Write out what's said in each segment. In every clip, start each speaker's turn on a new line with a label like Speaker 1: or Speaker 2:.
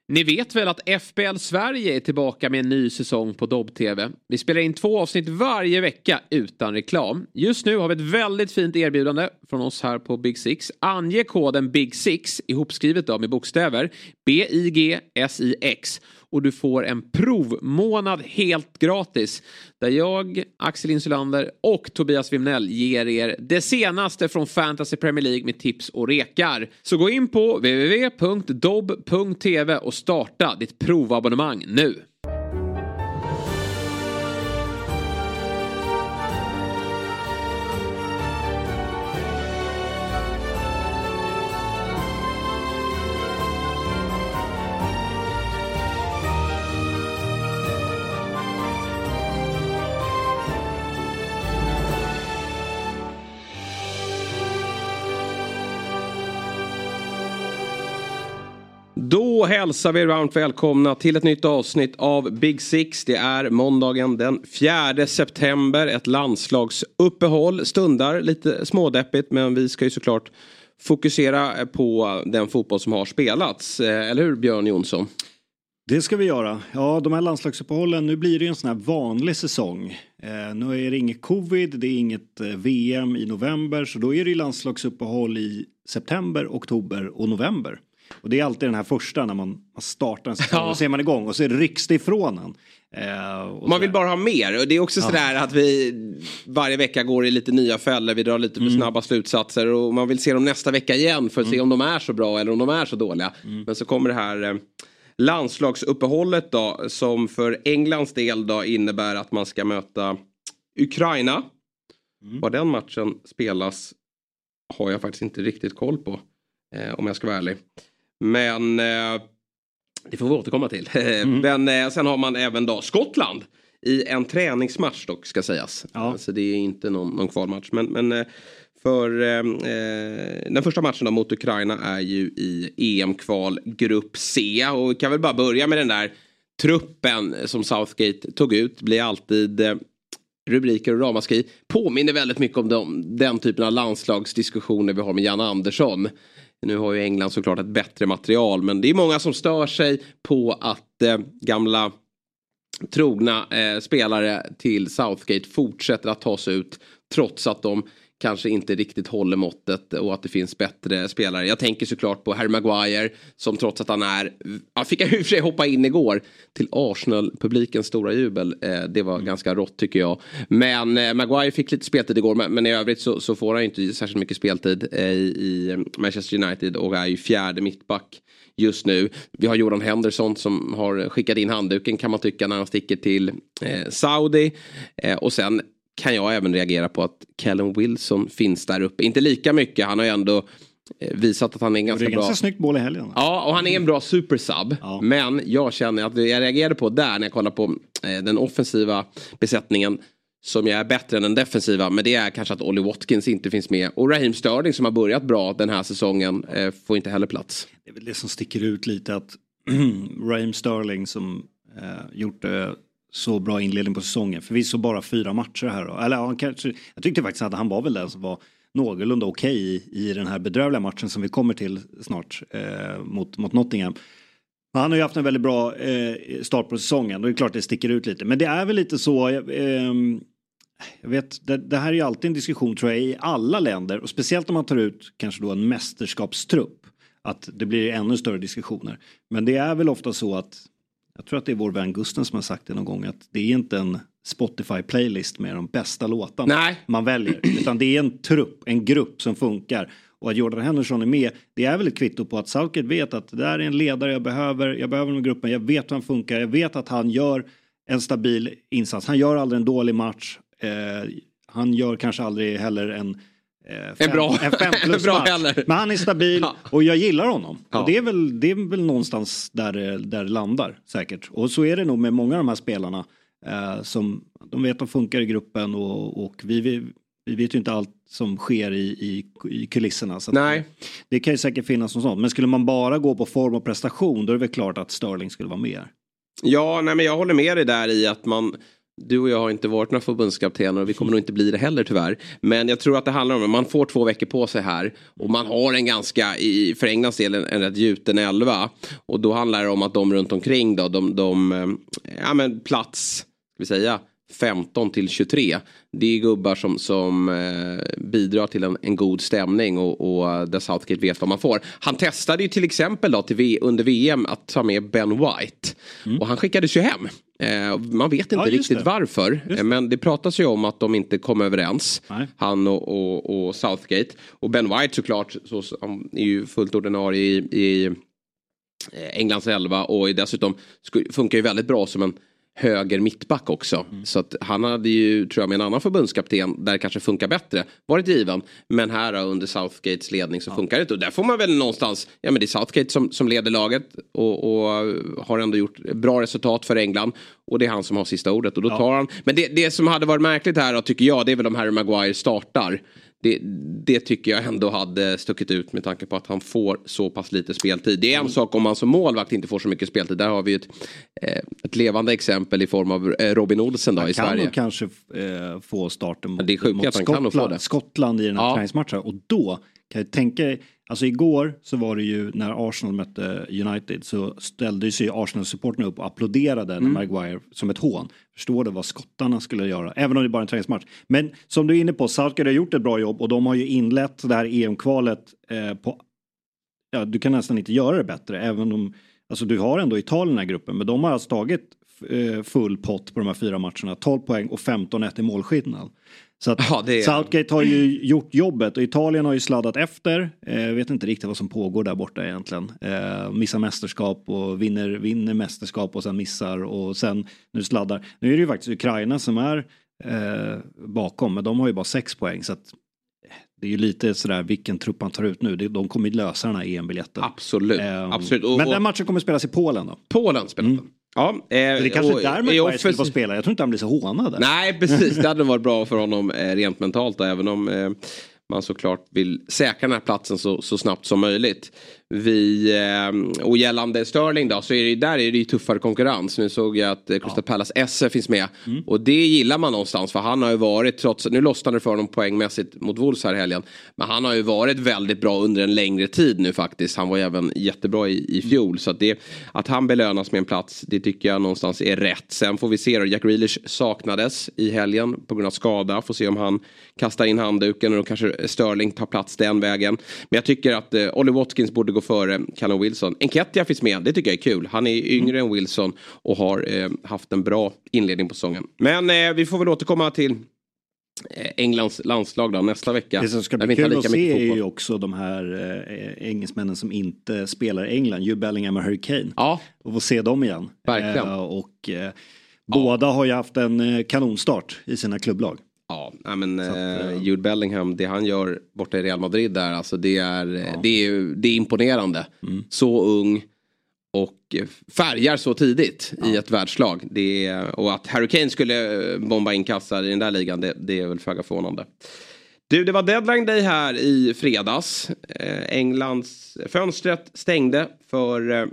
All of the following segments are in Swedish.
Speaker 1: Ni vet väl att FBL Sverige är tillbaka med en ny säsong på Dobb-TV. Vi spelar in 2 avsnitt varje vecka utan reklam. Just nu har vi ett väldigt fint erbjudande från oss här på Big Six. Ange koden Big Six, ihopskrivet då med bokstäver, BIGSIX. Och du får en provmånad helt gratis. Där jag, Axel Insulander och Tobias Wimnell ger er det senaste från Fantasy Premier League med tips och rekar. Så gå in på www.dobb.tv och starta ditt provabonnemang nu.
Speaker 2: Då hälsar vi varmt välkomna till ett nytt avsnitt av Big Six. Det är måndagen den 4 september. Ett landslagsuppehåll. Stundar lite smådeppigt, men vi ska ju såklart fokusera på den fotboll som har spelats. Eller hur, Björn Jonsson?
Speaker 3: Det ska vi göra. Ja, de här landslagsuppehållen, nu blir det ju en sån här vanlig säsong. Nu är det inget covid, det är inget VM i november. Så då är det ju landslagsuppehåll i september, oktober och november. Och det är alltid den här första när man startar en säsong och så är man igång och så är det rycks det ifrån en.
Speaker 2: Man vill bara ha mer, och det är också sådär att vi varje vecka går i lite nya fällor, vi drar lite för snabba slutsatser och man vill se dem nästa vecka igen för att se om de är så bra eller om de är så dåliga. Men så kommer det här landslagsuppehållet då, som för Englands del då innebär att man ska möta Ukraina. Var den matchen spelas har jag faktiskt inte riktigt koll på, om jag ska vara ärlig. Men det får vi återkomma till. Men sen har man även då Skottland i en träningsmatch dock, ska sägas. Så det är inte någon kvalmatch. Men för den första matchen då mot Ukraina är ju i EM-kval grupp C. Och vi kan väl bara börja med den där truppen som Southgate tog ut. Blir alltid rubriker och ramaskri. Påminner väldigt mycket om den typen av landslagsdiskussioner vi har med Jan Andersson. Nu har ju England såklart ett bättre material, men det är många som stör sig på att gamla trogna spelare till Southgate fortsätter att ta sig ut trots att de kanske inte riktigt håller måttet och att det finns bättre spelare. Jag tänker såklart på Harry Maguire som trots att han fick jag i och för sig hoppa in igår till Arsenal-publikens stora jubel. Det var ganska rått tycker jag. Men Maguire fick lite speltid igår, men i övrigt så får han inte särskilt mycket speltid i Manchester United och är ju 4:e mittback just nu. Vi har Jordan Henderson som har skickat in handduken, kan man tycka, när han sticker till Saudi. Och sen kan jag även reagera på att Callum Wilson finns där uppe. Inte lika mycket, han har ju ändå visat att han är en ganska bra...
Speaker 3: Det är ganska snyggt mål i helgen.
Speaker 2: Ja, och han är en bra supersub. Ja. Men jag känner att jag reagerade på där när jag kollar på den offensiva besättningen som jag är bättre än den defensiva. Men det är kanske att Ollie Watkins inte finns med. Och Raheem Sterling som har börjat bra den här säsongen får inte heller plats.
Speaker 3: Det är väl det som sticker ut lite, att Raheem Sterling som gjort så bra inledning på säsongen. Förvisso bara 4 matcher här då. Eller jag tyckte faktiskt att han var väl den som var någorlunda okej i den här bedrövliga matchen som vi kommer till snart mot Nottingham. Han har ju haft en väldigt bra start på säsongen. Då är det klart det sticker ut lite. Men det är väl lite så... Jag vet, det här är ju alltid en diskussion tror jag i alla länder. Och speciellt om man tar ut kanske då en mästerskapstrupp. Att det blir ännu större diskussioner. Men det är väl ofta så att... Jag tror att det är vår vän Gusten som har sagt det någon gång, att det är inte en Spotify-playlist med de bästa låtarna man väljer. Utan det är en trupp, en grupp som funkar. Och att Jordan Henderson är med, det är väl ett kvitto på att Southgate vet att det där är en ledare jag behöver den här gruppen. Jag vet hur han funkar, jag vet att han gör en stabil insats. Han gör aldrig en dålig match. Han gör kanske aldrig heller en 5+
Speaker 2: bra
Speaker 3: match. Men han är stabil och jag gillar honom. Och det är väl någonstans där det landar säkert. Och så är det nog med många av de här spelarna som de vet att de funkar i gruppen och vi vet ju inte allt som sker i kulisserna. Så
Speaker 2: nej.
Speaker 3: Det kan ju säkert finnas något sånt. Men skulle man bara gå på form och prestation, då är det väl klart att Sterling skulle vara med.
Speaker 2: Ja, nej, men jag håller med dig där i att man Du och jag har inte varit några förbundskaptener och vi kommer nog inte bli det heller tyvärr. Men jag tror att det handlar om att man får 2 veckor på sig här. Och man har en ganska, för Englands del, en rätt gjuten 11. Och då handlar det om att de runt omkring då, men plats, ska vi säga, 15 till 23. Det är gubbar som bidrar till en god stämning och där Southgate vet vad man får. Han testade ju till exempel då under VM att ta med Ben White. Och han skickades ju hem. Man vet inte riktigt varför. Men det pratas ju om att de inte kom överens. Nej. Han och Southgate. Och Ben White såklart han är ju fullt ordinarie i Englands 11 och dessutom funkar ju väldigt bra som en höger mittback också. Så att han hade ju, tror jag, med en annan förbundskapten där det kanske funkar bättre, varit given. Men här under Southgates ledning så funkar det inte. Och där får man väl någonstans, men det är Southgate som leder laget och har ändå gjort bra resultat för England. Och det är han som har sista ordet. Och då tar han. Men det som hade varit märkligt här då, tycker jag, det är väl om Harry Maguire startar. Det tycker jag ändå hade stuckit ut med tanke på att han får så pass lite speltid. Det är en sak om man som målvakt inte får så mycket speltid. Där har vi ett levande exempel i form av Robin Olsen då, i Sverige.
Speaker 3: Han kan kanske få starten mot,
Speaker 2: det är sjukt att han kan få det.
Speaker 3: Skottland i den här träningsmatchen. Och då kan jag tänka, alltså igår så var det ju när Arsenal mötte United så ställde sig Arsenal-supporterna upp och applåderade när Maguire som ett hån. Förstår du vad skottarna skulle göra, även om det bara är en träningsmatch. Men som du är inne på, Southgate har gjort ett bra jobb och de har ju inlett det här EM-kvalet på, du kan nästan inte göra det bättre, även om, alltså du har ändå Italien i den här gruppen, men de har alltså tagit full pott på de här 4 matcherna, 12 poäng och 15-1 i målskillnad. Så att Southgate har ju gjort jobbet och Italien har ju sladdat efter. Vet inte riktigt vad som pågår där borta egentligen. Missar mästerskap och vinner mästerskap och sen missar och sen nu sladdar. Nu är det ju faktiskt Ukraina som är bakom, men de har ju bara 6 poäng så att det är ju lite sådär vilken trupp man tar ut nu. De kommer ju lösa den här EM-biljetten.
Speaker 2: Absolut.
Speaker 3: Men den matchen kommer spelas i Polen då?
Speaker 2: Polen spelar den. Ja,
Speaker 3: det är kanske där Maguire skulle få spela. Jag tror inte han blir så hånad.
Speaker 2: Nej, precis. Det hade varit bra för honom rent mentalt. Även om man såklart vill säkra den här platsen så snabbt som möjligt. Och gällande Sterling då, så är det ju tuffare konkurrens. Nu såg jag att Crystal Palace SF finns med. Och det gillar man någonstans, för han har ju varit, trots nu lossnade det för honom poängmässigt mot Wolves här i helgen. Men han har ju varit väldigt bra under en längre tid nu faktiskt. Han var ju även jättebra i fjol. Så att han belönas med en plats, det tycker jag någonstans är rätt. Sen får vi se då, Jack Grealish saknades i helgen på grund av skada. Får se om han kastar in handduken och då kanske Sterling tar plats den vägen. Men jag tycker att Ollie Watkins borde gå före Callum Wilson. Enketia finns med, det tycker jag är kul. Han är yngre än Wilson och har haft en bra inledning på säsongen. Men vi får väl återkomma till Englands landslag då, nästa vecka.
Speaker 3: Det som ska bli kul att se är ju också de här engelsmännen som inte spelar i England, Jude Bellingham och Harry Kane.
Speaker 2: Ja.
Speaker 3: Och få se dem igen.
Speaker 2: Verkligen.
Speaker 3: Båda har ju haft en kanonstart i sina klubblag.
Speaker 2: Ja, men Jude Bellingham, det han gör borta i Real Madrid där, alltså det är imponerande. Så ung och färgar så tidigt i ett världslag. Och att Harry Kane skulle bomba in kassar i den där ligan, det är väl föga förvånande. Det var deadline day här i fredags. Englands fönstret stängde för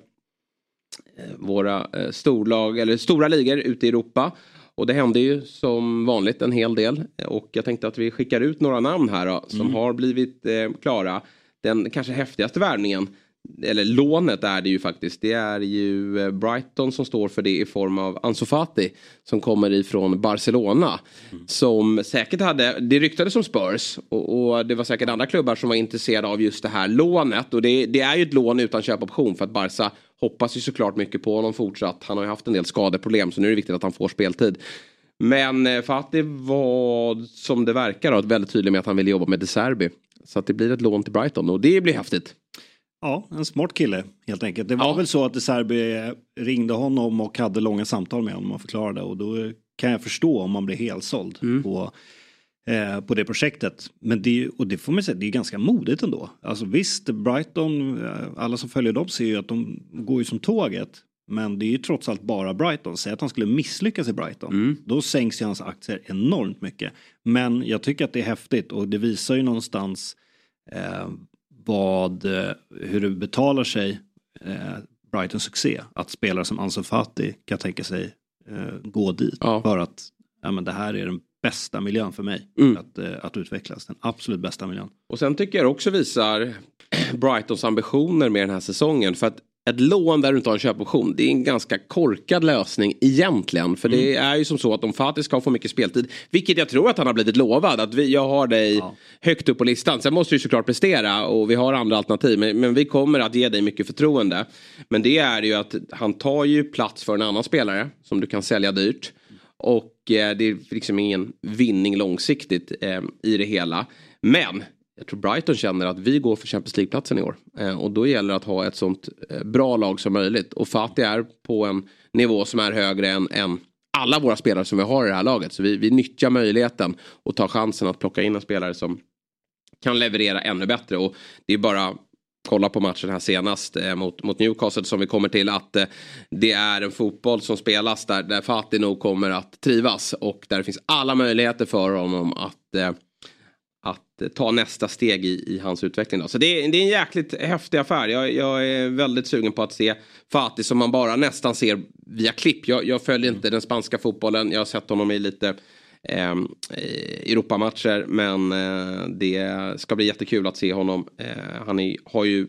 Speaker 2: våra storlag eller stora ligor ute i Europa. Och det hände ju som vanligt en hel del. Och jag tänkte att vi skickar ut några namn här då, som har blivit klara. Den kanske häftigaste värvningen, eller lånet är det ju faktiskt. Det är ju Brighton som står för det i form av Ansu Fati som kommer ifrån Barcelona. Som säkert det ryktades som Spurs. Och det var säkert andra klubbar som var intresserade av just det här lånet. Och det är ju ett lån utan köpoption, för att Barca hoppas ju såklart mycket på honom fortsatt. Han har ju haft en del skadeproblem, så nu är det viktigt att han får speltid. Men Fati var, som det verkar, väldigt tydlig med att han vill jobba med De Zerbi. Så att det blir ett lån till Brighton och det blir häftigt. Ja,
Speaker 3: en smart kille helt enkelt. Det var väl så att De Zerbi ringde honom och hade långa samtal med honom och förklarade. Och då kan jag förstå om man blir helsåld på det projektet. Men det får man säga, det är ganska modigt ändå. Alltså visst, Brighton, alla som följer dem ser ju att de går ju som tåget. Men det är ju trots allt bara Brighton. Säg att han skulle misslyckas i Brighton. Då sänks ju hans aktier enormt mycket. Men jag tycker att det är häftigt. Och det visar ju någonstans hur det betalar sig Brightons succé. Att spelare som Ansu Fati kan tänka sig gå dit. För att det här är den bästa miljön för mig att utvecklas. Den absolut bästa miljön.
Speaker 2: Och sen tycker jag också visar Brightons ambitioner med den här säsongen. För att ett lån där du inte har en köpoption, det är en ganska korkad lösning egentligen. För det är ju som så att om Fatih ska få mycket speltid, vilket jag tror att han har blivit lovad, att jag har dig högt upp på listan. Sen måste du såklart prestera och vi har andra alternativ. Men vi kommer att ge dig mycket förtroende. Men det är ju att han tar ju plats för en annan spelare som du kan sälja dyrt. Och det är liksom ingen vinning långsiktigt i det hela. Men jag tror Brighton känner att vi går för Champions League-platsen i år. Och då gäller det att ha ett sånt bra lag som möjligt. Och Fatih är på en nivå som är högre än alla våra spelare som vi har i det här laget. Så vi nyttjar möjligheten och tar chansen att plocka in en spelare som kan leverera ännu bättre. Och det är bara kolla på matchen här senast mot Newcastle som vi kommer till, att det är en fotboll som spelas där Fatih nog kommer att trivas. Och där det finns alla möjligheter för honom att ta nästa steg i hans utveckling då. Så det är en jäkligt häftig affär. Jag är väldigt sugen på att se Fatih som man bara nästan ser via klipp. Jag följer inte den spanska fotbollen. Jag har sett honom i lite Europamatcher, men det ska bli jättekul att se honom. Han har ju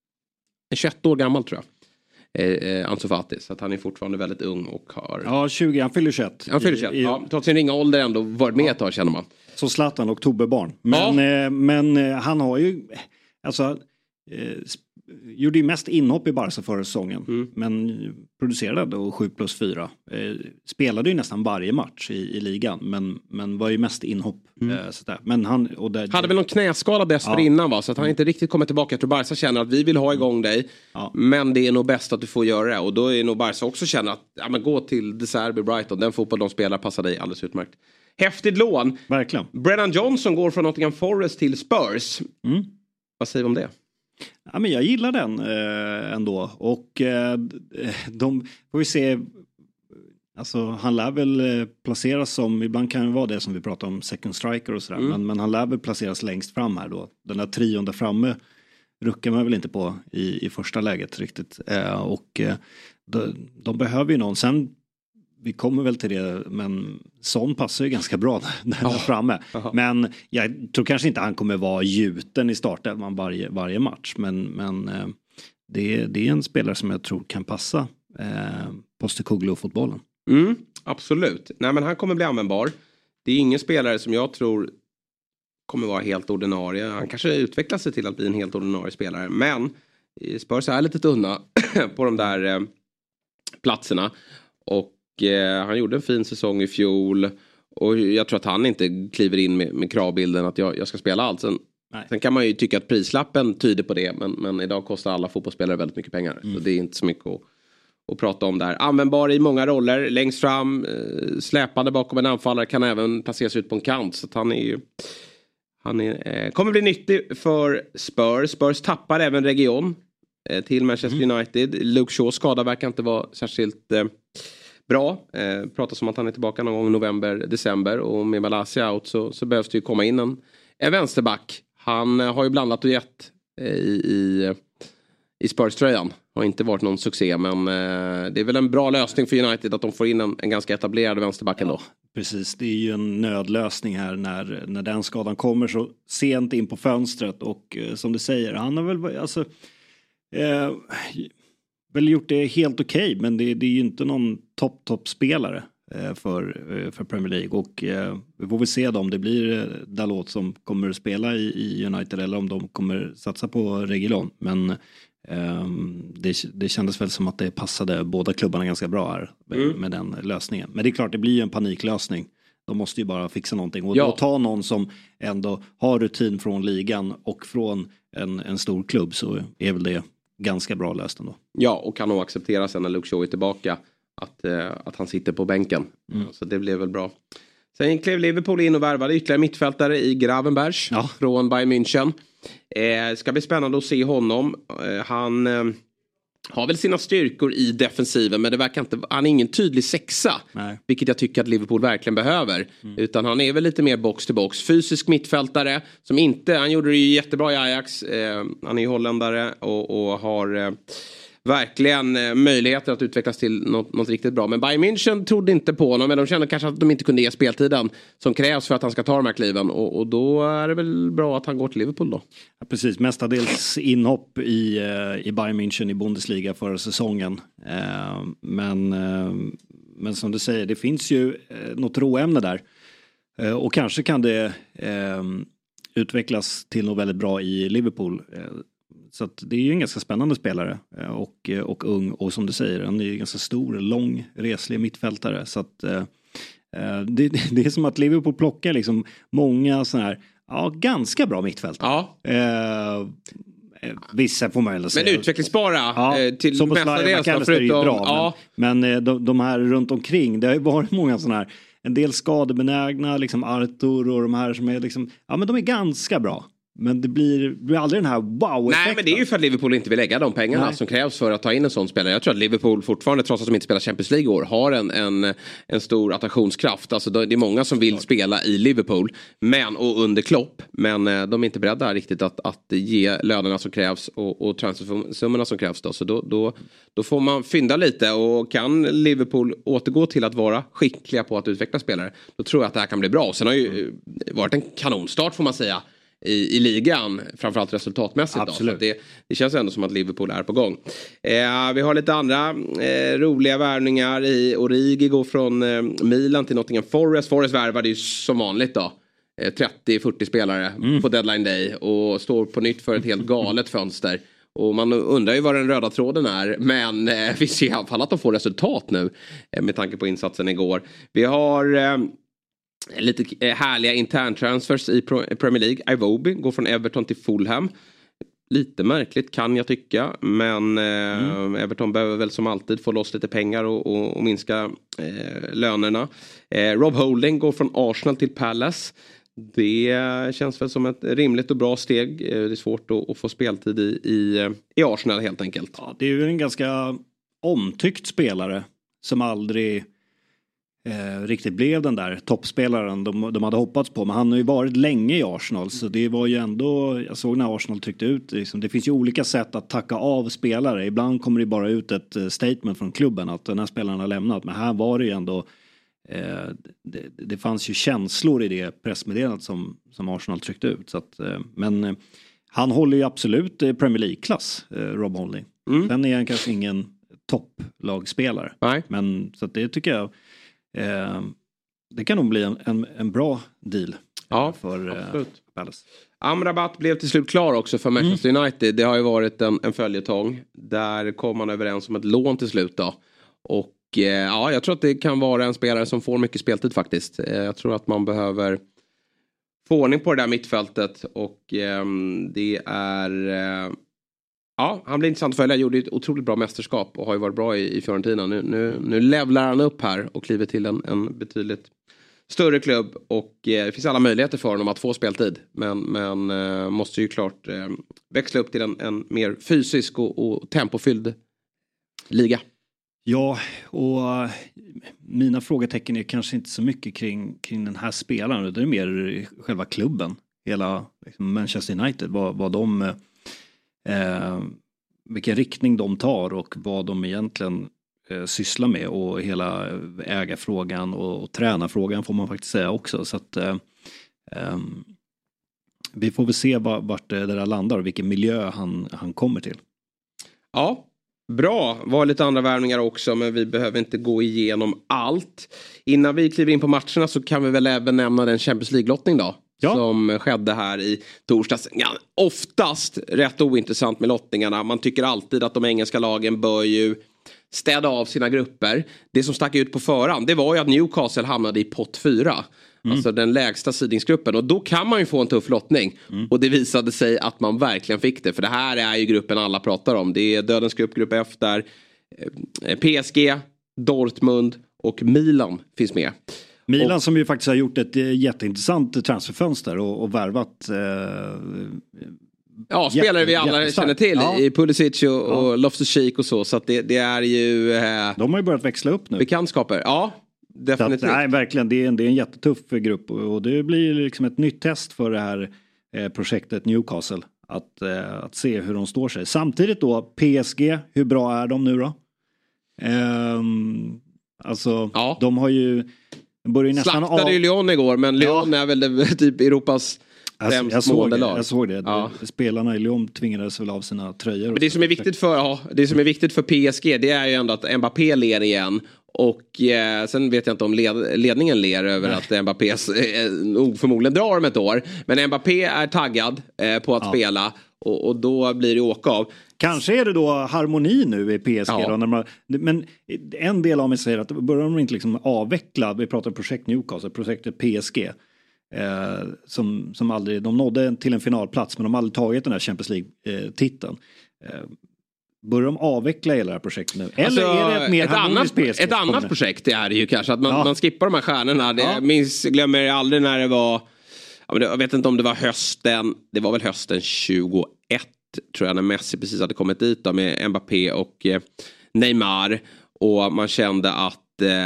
Speaker 2: 21 år gammal tror jag. Ansu Fati, så att han är fortfarande väldigt ung och har...
Speaker 3: Ja, 20, han fyller 21.
Speaker 2: Han fyller 21, trots sin ringa ålder ändå varit med ett tag, känner man.
Speaker 3: Så Zlatan, oktoberbarn. Men han har ju... Alltså... gjorde ju mest inhopp i Barca förra säsongen. Men producerade då 7+4. Spelade ju nästan varje match i ligan. Men var ju mest inhopp. Sådär. Men han... hade
Speaker 2: väl någon knäskala dessförinnan va? Så att han inte riktigt kommer tillbaka. Jag tror Barca känner att vi vill ha igång dig. Men det är nog bäst att du får göra det. Och då är nog Barca också känner att men gå till De Zerbi Brighton. Den fotboll de spelar passar dig alldeles utmärkt. Häftigt lån.
Speaker 3: Verkligen.
Speaker 2: Brennan Johnson går från Nottingham Forest till Spurs. Vad säger vi om det?
Speaker 3: Ja, men jag gillar den ändå. Och de får vi se. Alltså han lär väl placeras som, ibland kan det vara det som vi pratar om, second striker och sådär. Men han lär väl placeras längst fram här då. Den där trion där framme ruckar man väl inte på i första läget riktigt. Och de behöver ju någon. Sen vi kommer väl till det, men Son passar ju ganska bra där framme. Men jag tror kanske inte han kommer vara gjuten i starten varje match. Men det är en spelare som jag tror kan passa Postecoglou-fotbollen.
Speaker 2: Absolut. Nej, men han kommer bli användbar. Det är ingen spelare som jag tror kommer vara helt ordinarie. Han kanske utvecklar sig till att bli en helt ordinarie spelare. Men Spurs är lite tunna på de där platserna. Och han gjorde en fin säsong i fjol. Och jag tror att han inte kliver in med kravbilden att jag ska spela allt. Sen kan man ju tycka att prislappen tyder på det. Men idag kostar alla fotbollsspelare väldigt mycket pengar. Så det är inte så mycket att prata om där. Användbar i många roller. Längst fram, släpande bakom en anfallare, kan även placeras ut på en kant. Så att han kommer bli nyttig för Spurs. Spurs tappar även region till Manchester United. Luke Shaw skada verkar inte vara särskilt... bra. Pratas om att han är tillbaka någon gång i november, december. Och med Malaysia out så behövs det ju komma in en vänsterback. Han har ju blandat och gett i Spurs-tröjan. Har inte varit någon succé, men det är väl en bra lösning för United att de får in en ganska etablerad vänsterback ändå.
Speaker 3: Precis, det är ju en nödlösning här när den skadan kommer så sent in på fönstret. Och som du säger, han har väl väl gjort det helt okej, men det är ju inte någon topp-spelare för Premier League. Och vi får väl se om det blir Dalot som kommer att spela i United eller om de kommer satsa på Reguilon. Men det kändes väl som att det passade båda klubbarna ganska bra här med den lösningen. Men det är klart, det blir ju en paniklösning. De måste ju bara fixa någonting. Och då ta någon som ändå har rutin från ligan och från en stor klubb, så är väl det ganska bra löst ändå. Ja,
Speaker 2: och kan nog acceptera sen när Luke Shaw är tillbaka att han sitter på bänken. Så det blev väl bra. Sen klev Liverpool in och värvade ytterligare mittfältare i Gravenberch från Bayern München. Ska bli spännande att se honom. Han har väl sina styrkor i defensiven, men det verkar inte, han är ingen tydlig sexa. Nej. Vilket jag tycker att Liverpool verkligen behöver. Utan han är väl lite mer box till box. Fysisk mittfältare som inte, han gjorde det ju jättebra i Ajax. Han är ju holländare och har verkligen möjligheter att utvecklas till något riktigt bra. Men Bayern München trodde inte på honom, men de kände kanske att de inte kunde ge speltiden som krävs för att han ska ta de här kliven. Och då är det väl bra att han går till Liverpool då.
Speaker 3: Ja, precis, mestadels inhopp i Bayern München i Bundesliga förra säsongen. Men som du säger, det finns ju något råämne där. Och kanske kan det utvecklas till något väldigt bra i Liverpool. Så att det är ju en ganska spännande spelare och ung, och som du säger, han är ju ganska stor, lång, reslig mittfältare. Så att det är som att Liverpool plockar liksom många sådana här, ganska bra mittfältare.
Speaker 2: Ja.
Speaker 3: Vissa får man väl säga.
Speaker 2: Men utvecklingsbara till
Speaker 3: som på
Speaker 2: mestadels
Speaker 3: förutom, är ju bra.
Speaker 2: ja.
Speaker 3: Men de här runt omkring, det har ju varit många sådana här, en del skadebenägna, liksom Arthur och de här som är liksom, men de är ganska bra. Men det blir aldrig den här wow-effekten.
Speaker 2: Nej, men det är ju för att Liverpool inte vill lägga de pengarna som krävs för att ta in en sån spelare. Jag tror att Liverpool fortfarande, trots att de inte spelar Champions League i år, har en stor attraktionskraft. Alltså det är många som vill spela i Liverpool och under Klopp. Men de är inte beredda riktigt att ge lönerna som krävs och transfersummorna som krävs. Så då får man fynda lite, och kan Liverpool återgå till att vara skickliga på att utveckla spelare, då tror jag att det här kan bli bra. Och sen har ju varit en kanonstart, får man säga, i ligan, framförallt resultatmässigt.
Speaker 3: Absolut.
Speaker 2: Då. Så det känns ändå som att Liverpool är på gång. Vi har lite andra roliga värvningar. Origi går från Milan till Nottingham Forest. Forest värvade ju som vanligt då 30-40 spelare på deadline day och står på nytt för ett helt galet fönster. Och man undrar ju vad den röda tråden är. Men vi ser i alla fall att de får resultat nu med tanke på insatsen igår. Vi har lite härliga interntransfers i Premier League. Iwobi går från Everton till Fulham. Lite märkligt kan jag tycka. Men Everton behöver väl som alltid få loss lite pengar och minska lönerna. Rob Holding går från Arsenal till Palace. Det känns väl som ett rimligt och bra steg. Det är svårt att få speltid i Arsenal helt enkelt.
Speaker 3: Ja, det är ju en ganska omtyckt spelare som aldrig riktigt blev den där toppspelaren de hade hoppats på. Men han har ju varit länge i Arsenal, så det var ju ändå, jag såg när Arsenal tryckte ut liksom, det finns ju olika sätt att tacka av spelare. Ibland kommer det bara ut ett statement från klubben att den här spelaren har lämnat, men här var det ju ändå det fanns ju känslor i det pressmeddelandet som Arsenal tryckte ut. Så att, men han håller ju absolut Premier League-klass, Rob Holding. Sen är han kanske ingen topplagspelare.
Speaker 2: Nej.
Speaker 3: Men så att det tycker jag det kan nog bli en bra deal för Palace.
Speaker 2: Amrabat blev till slut klar också för Manchester United. Det har ju varit en följetong. Där kom man överens om ett lån till slut då. Och jag tror att det kan vara en spelare som får mycket speltid faktiskt. Jag tror att man behöver få ordning på det där mittfältet. Och det är... han blir intressant att följa. Gjorde ett otroligt bra mästerskap och har ju varit bra i Fiorentina. Nu levlar han upp här och kliver till en betydligt större klubb. Och det finns alla möjligheter för honom att få speltid. Men måste ju klart växla upp till en mer fysisk och tempofylld liga.
Speaker 3: Ja, och mina frågetecken är kanske inte så mycket kring den här spelaren. Det är mer själva klubben. Hela liksom Manchester United. Vad de... vilken riktning de tar och vad de egentligen sysslar med, och hela ägarfrågan och tränarfrågan får man faktiskt säga också. Så att vi får väl se vart det där landar och vilken miljö han kommer till.
Speaker 2: Ja, bra. Var lite andra värvningar också, men vi behöver inte gå igenom allt. Innan vi kliver in på matcherna så kan vi väl även nämna den Champions League-lottning då. Ja. Som skedde här i torsdags. Ja, oftast rätt ointressant med lottningarna. Man tycker alltid att de engelska lagen bör ju städa av sina grupper. Det som stack ut på förhand, det var ju att Newcastle hamnade i pott 4. Alltså den lägsta sidningsgruppen. Och då kan man ju få en tuff lottning. Och det visade sig att man verkligen fick det. För det här är ju gruppen alla pratar om. Det är dödens grupp F där. PSG, Dortmund och Milan finns med.
Speaker 3: Milan som ju faktiskt har gjort ett jätteintressant transferfönster och värvat
Speaker 2: spelare vi alla känner till i Pulisic och Loftus-Cheek och så att det är ju
Speaker 3: de har ju börjat växla upp nu.
Speaker 2: Bekantskaper. Ja, definitivt.
Speaker 3: Nej, verkligen, det är en jättetuff grupp och det blir liksom ett nytt test för det här projektet Newcastle. att se hur de står sig. Samtidigt då, PSG, hur bra är de nu då? Alltså, de har ju...
Speaker 2: Slaktade ju Lyon igår, men Lyon är väl typ Europas främst måldelag.
Speaker 3: Jag såg det. Ja. Spelarna i Lyon tvingades väl av sina tröjor. Men
Speaker 2: det som är viktigt för PSG, det är ju ändå att Mbappé ler igen. Och sen vet jag inte om ledningen ler över att Mbappé förmodligen drar om ett år. Men Mbappé är taggad på att spela. Och då blir det åka av.
Speaker 3: Kanske är det då harmoni nu i PSG. Då, men en del av mig säger att börjar de inte liksom avveckla. Vi pratar om projekt Newcastle, projektet PSG. Som aldrig, de nådde till en finalplats, men de har aldrig tagit den här Champions League-titeln. Börjar de avveckla hela det här projektet nu? Eller är det ett mer harmoniskt PSG?
Speaker 2: Ett annat projekt är det ju kanske. Att man skippar de här stjärnorna. Glömmer aldrig när det var... Jag vet inte om det var hösten. Det var väl hösten 21 tror jag, när Messi precis hade kommit dit då, med Mbappé och Neymar. Och man kände att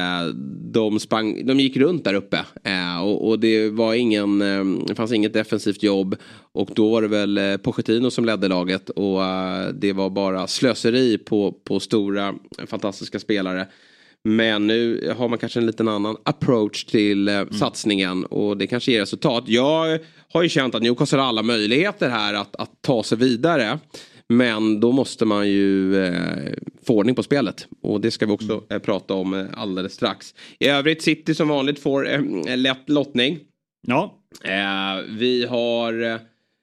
Speaker 2: de gick runt där uppe. Och det var det fanns inget defensivt jobb. Och då var det väl Pochettino som ledde laget. Och det var bara slöseri på stora fantastiska spelare. Men nu har man kanske en liten annan approach till satsningen. Och det kanske ger resultat. Jag har ju känt att Newcastle har alla möjligheter här att ta sig vidare. Men då måste man ju få ordning på spelet. Och det ska vi också prata om alldeles strax. I övrigt, City som vanligt får lätt lottning.
Speaker 3: Ja.
Speaker 2: Vi har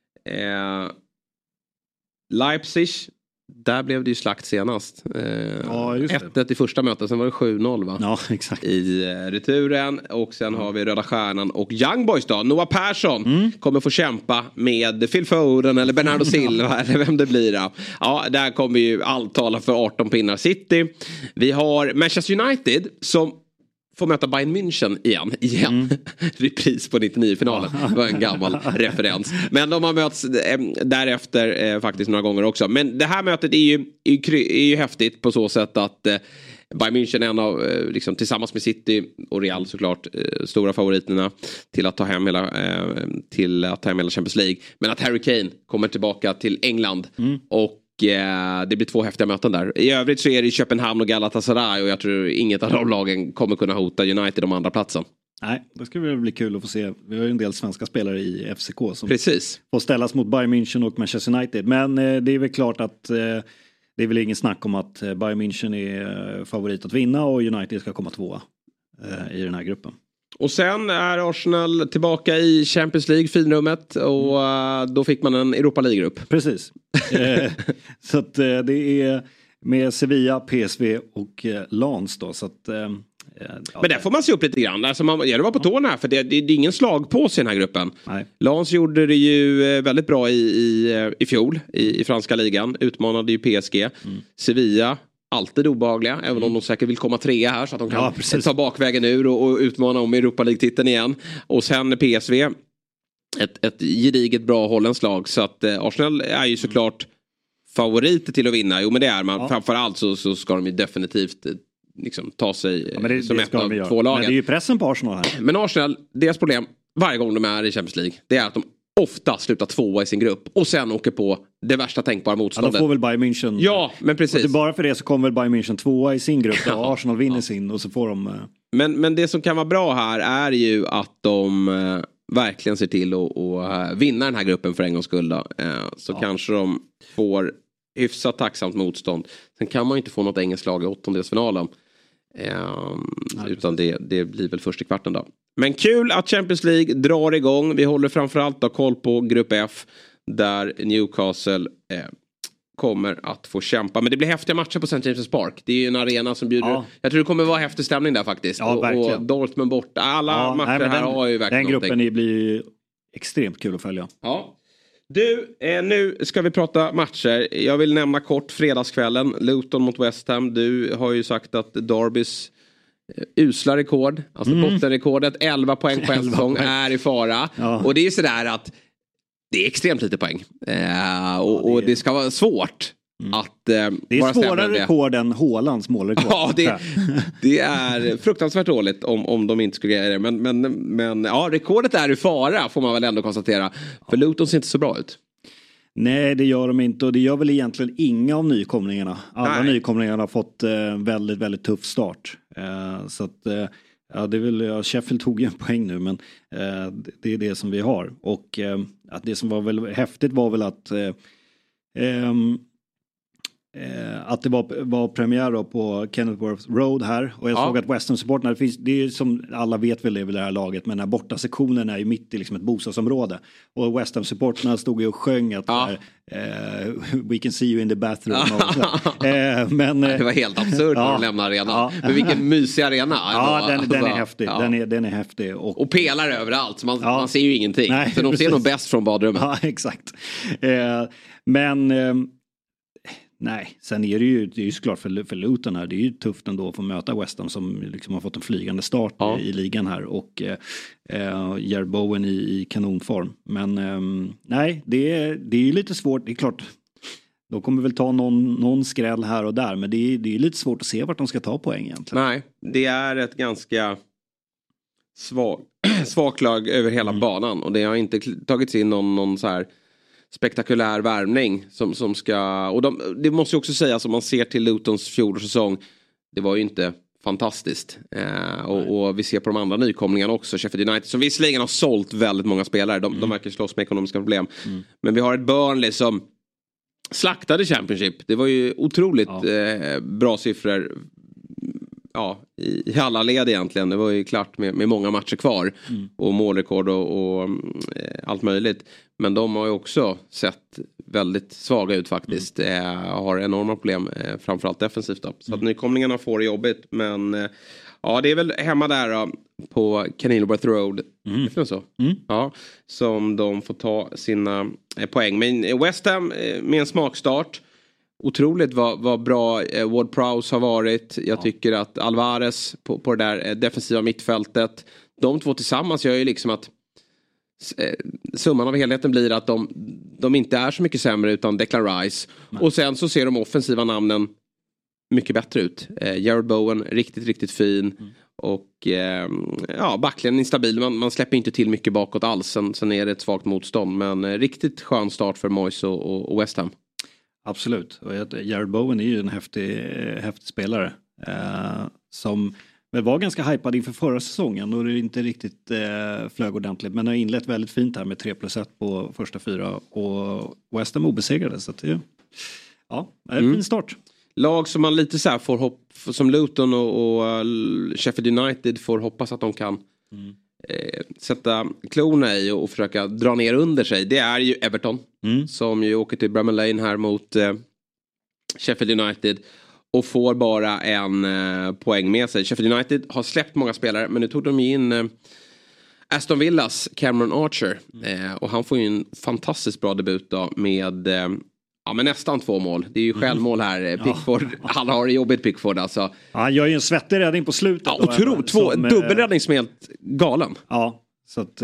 Speaker 2: Leipzig. Där blev det ju slakt senast. 1-1 i första mötet, sen var det 7-0 va?
Speaker 3: Ja, exakt.
Speaker 2: I returen. Och sen har vi Röda Stjärnan och Young Boys då. Noah Persson kommer få kämpa med Phil Foden eller Bernardo Silva eller vem det blir då. Ja, där kommer ju allt tala för 18 pinnar City. Vi har Manchester United som får möta Bayern München igen. Repris på 99-finalen. Det var en gammal referens. Men de har mötts därefter faktiskt några gånger också. Men det här mötet är ju häftigt på så sätt att Bayern München är en av, liksom, tillsammans med City och Real såklart, stora favoriterna till att ta hem hela Champions League. Men att Harry Kane kommer tillbaka till England och det blir 2 häftiga möten där. I övrigt så är det Köpenhamn och Galatasaray och jag tror inget av de lagen kommer kunna hota United om andra platsen.
Speaker 3: Nej, det ska väl bli kul att få se. Vi har ju en del svenska spelare i FCK som
Speaker 2: Precis.
Speaker 3: får ställas mot Bayern München och Manchester United. Men det är väl klart att det är väl ingen snack om att Bayern München är favorit att vinna och United ska komma 2 i den här gruppen.
Speaker 2: Och sen är Arsenal tillbaka i Champions League, finrummet. Och då fick man en Europa League-grupp.
Speaker 3: Precis. Så att det är med Sevilla, PSV och Lens då. Så att,
Speaker 2: men där får man se upp lite grann. Alltså man gäller att vara på tårna här. För det är ingen slag på sig i den här gruppen.
Speaker 3: Nej.
Speaker 2: Lens gjorde det ju väldigt bra i fjol i franska ligan. Utmanade ju PSG. Sevilla. Alltid obehagliga, även om de säkert vill komma 3 här så att de kan ta bakvägen ur och utmana om Europa League-titeln igen. Och sen PSV, ett gediget bra holländsk så att Arsenal är ju såklart favoriter till att vinna. Jo men det är man, framförallt så ska de ju definitivt liksom ta sig som ett av 2 lagen.
Speaker 3: Men det är ju pressen på Arsenal här.
Speaker 2: Men Arsenal, deras problem varje gång de är i Champions League, det är att de ofta slutar 2 i sin grupp och sen åker på det värsta tänkbara motståndet.
Speaker 3: Ja, de får väl Bayern München.
Speaker 2: Ja, men precis.
Speaker 3: Bara för det så kommer väl Bayern München 2 i sin grupp och Arsenal vinner sin och så får de...
Speaker 2: Men det som kan vara bra här är ju att de verkligen ser till att vinna den här gruppen för en gångs skull då. Så kanske de får hyfsat tacksamt motstånd. Sen kan man ju inte få något engelskt lag i 8-delsfinalen. Utan det blir väl först i kvarten då. Men kul att Champions League drar igång. Vi håller framförallt då koll på grupp F. Där Newcastle kommer att få kämpa. Men det blir häftiga matcher på St. James' Park. Det är ju en arena som bjuder... Ja. Jag tror det kommer vara häftig stämning där faktiskt.
Speaker 3: Ja, verkligen.
Speaker 2: Och Dortmund borta. Alla matcher här har ju verkligen
Speaker 3: den gruppen någonting. Blir ju extremt kul att följa.
Speaker 2: Ja. Du, nu ska vi prata matcher. Jag vill nämna kort fredagskvällen. Luton mot West Ham. Du har ju sagt att Derbys usla rekord, alltså bottenrekordet 11 poäng på en säsong är i fara. Ja. Och det är sådär att det är extremt lite poäng. Och det ska vara svårt att
Speaker 3: det är svårare rekord än Haalands målrekord.
Speaker 2: Ja, det är fruktansvärt dåligt om de inte skulle göra det. Men ja, rekordet är i fara får man väl ändå konstatera. För Luton ser inte så bra ut.
Speaker 3: Nej, det gör de inte och det gör väl egentligen inga av nykomlingarna. Alla nykomlingarna har fått väldigt, väldigt tuff start. Så att, ja, det är väl, Sheffield tog ju en poäng nu men det är det som vi har. Och det som var väl häftigt var väl att det var premiär då på Kenilworth Road här och jag såg att West Ham-supporterna, det är som alla vet väl det här laget, men den här borta sektionen är ju mitt i liksom ett bostadsområde och West Ham-supporterna stod ju och sjöng att we can see you in the bathroom men,
Speaker 2: det var helt absurt när de lämnade arenan men vilken mysig arena
Speaker 3: den är häftig den är häftig
Speaker 2: och pelar överallt så man ser ju ingenting. Nej, så de ser nog bäst från badrummet.
Speaker 3: Ja, exakt. Men nej, sen är det är ju såklart för Luton här, det är ju tufft ändå att få möta West Ham som liksom har fått en flygande start i ligan här och Jared Bowen i kanonform. Men nej, det är ju lite svårt, det är klart, de kommer väl ta någon skräll här och där, men det är lite svårt att se vart de ska ta poäng egentligen.
Speaker 2: Nej, det är ett ganska svagt lag över hela banan och det har inte tagits in någon så här spektakulär värvning som ska, och det måste ju också sägas om man ser till Lutons fjolårssäsong, det var ju inte fantastiskt och vi ser på de andra nykomlingarna också, Sheffield United som visserligen har sålt väldigt många spelare, de verkar slåss med ekonomiska problem, men vi har ett Burnley som slaktade Championship, det var ju otroligt bra siffror i alla led egentligen. Det var ju klart med många matcher kvar och målrekord och allt möjligt. Men de har ju också sett väldigt svaga ut faktiskt. Har enorma problem, framförallt defensivt då. Så att nykomlingarna får det jobbigt. Men det är väl hemma där då, på Kenilworth Road. Så. Ja, som de får ta sina poäng. Men West Ham med en smakstart. Otroligt vad bra Ward Prowse har varit. Jag tycker att Alvarez på det där defensiva mittfältet. De två tillsammans gör ju liksom att summan av helheten blir att de inte är så mycket sämre utan Declan Rice. Och sen så ser de offensiva namnen mycket bättre ut. Jared Bowen, riktigt, riktigt fin. Och backlinjen är stabil. Man släpper inte till mycket bakåt alls. Sen är det ett svagt motstånd. Men riktigt skön start för Moyes och West Ham.
Speaker 3: Absolut. Och Jared Bowen är ju en häftig spelare. Som var ganska hypad inför förra säsongen. Och det är inte riktigt flög ordentligt. Men har inlett väldigt fint här med 3+1 på första 4. Och West Ham obesegrade. Så att det är en fin start.
Speaker 2: Lag som man lite så här får hopp, som Luton och Sheffield United får hoppas att de kan sätta klorna i och försöka dra ner under sig. Det är ju Everton som ju åker till Bramall Lane här mot Sheffield United och får bara en poäng med sig. Sheffield United har släppt många spelare, men nu tog de in Aston Villas Cameron Archer och han får ju en fantastiskt bra debut då med men nästan 2 mål. Det är ju självmål här. Pickford, han har det jobbigt Pickford alltså.
Speaker 3: Ja, han gör ju en svettig räddning på slutet.
Speaker 2: Ja, otroligt. Dubbelräddning som är helt galen.
Speaker 3: Ja, så att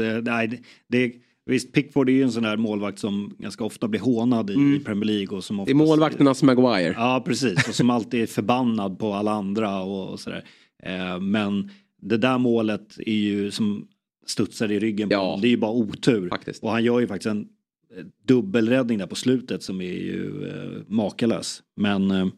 Speaker 3: visst, Pickford är ju en sån här målvakt som ganska ofta blir hånad i Premier League. Och som oftast,
Speaker 2: det är målvakternas Maguire.
Speaker 3: Ja, precis. Och som alltid är förbannad på alla andra och sådär. Men det där målet är ju som studsar i ryggen på honom. Det är ju bara otur. Faktiskt. Och han gör ju faktiskt en dubbelräddning där på slutet som är ju makalös. Men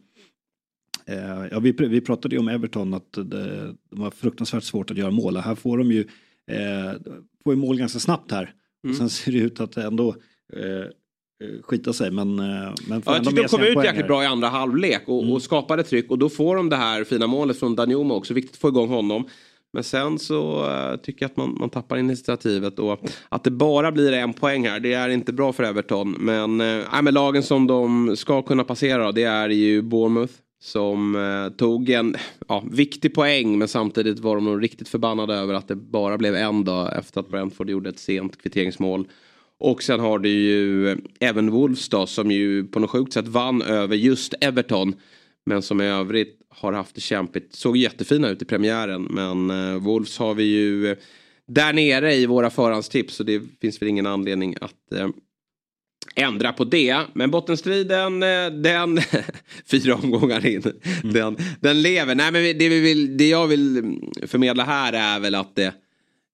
Speaker 3: vi pratade ju om Everton att de var fruktansvärt svårt att göra mål. Här får de ju mål ganska snabbt här. Sen ser det ut att ändå skita sig. Men
Speaker 2: jag tyckte de kom ut jäkligt bra i andra halvlek och skapade tryck. Och då får de det här fina målet från Danjuma också. Viktigt att få igång honom. Men sen så tycker jag att man tappar initiativet och att det bara blir 1 poäng här, det är inte bra för Everton. Men lagen som de ska kunna passera, det är ju Bournemouth som tog en viktig poäng, men samtidigt var de nog riktigt förbannade över att det bara blev 1 dag efter att Brentford gjorde ett sent kvitteringsmål. Och sen har det ju även Wolves då, som ju på något sjukt sätt vann över just Everton. Men som i övrigt har haft det kämpigt. Såg jättefina ut i premiären. Men Wolves har vi ju där nere i våra förhandstips. Så det finns väl ingen anledning att ändra på det. Men bottenstriden, den 4 omgångar in. Den lever. Nej, men det jag vill förmedla här är väl att det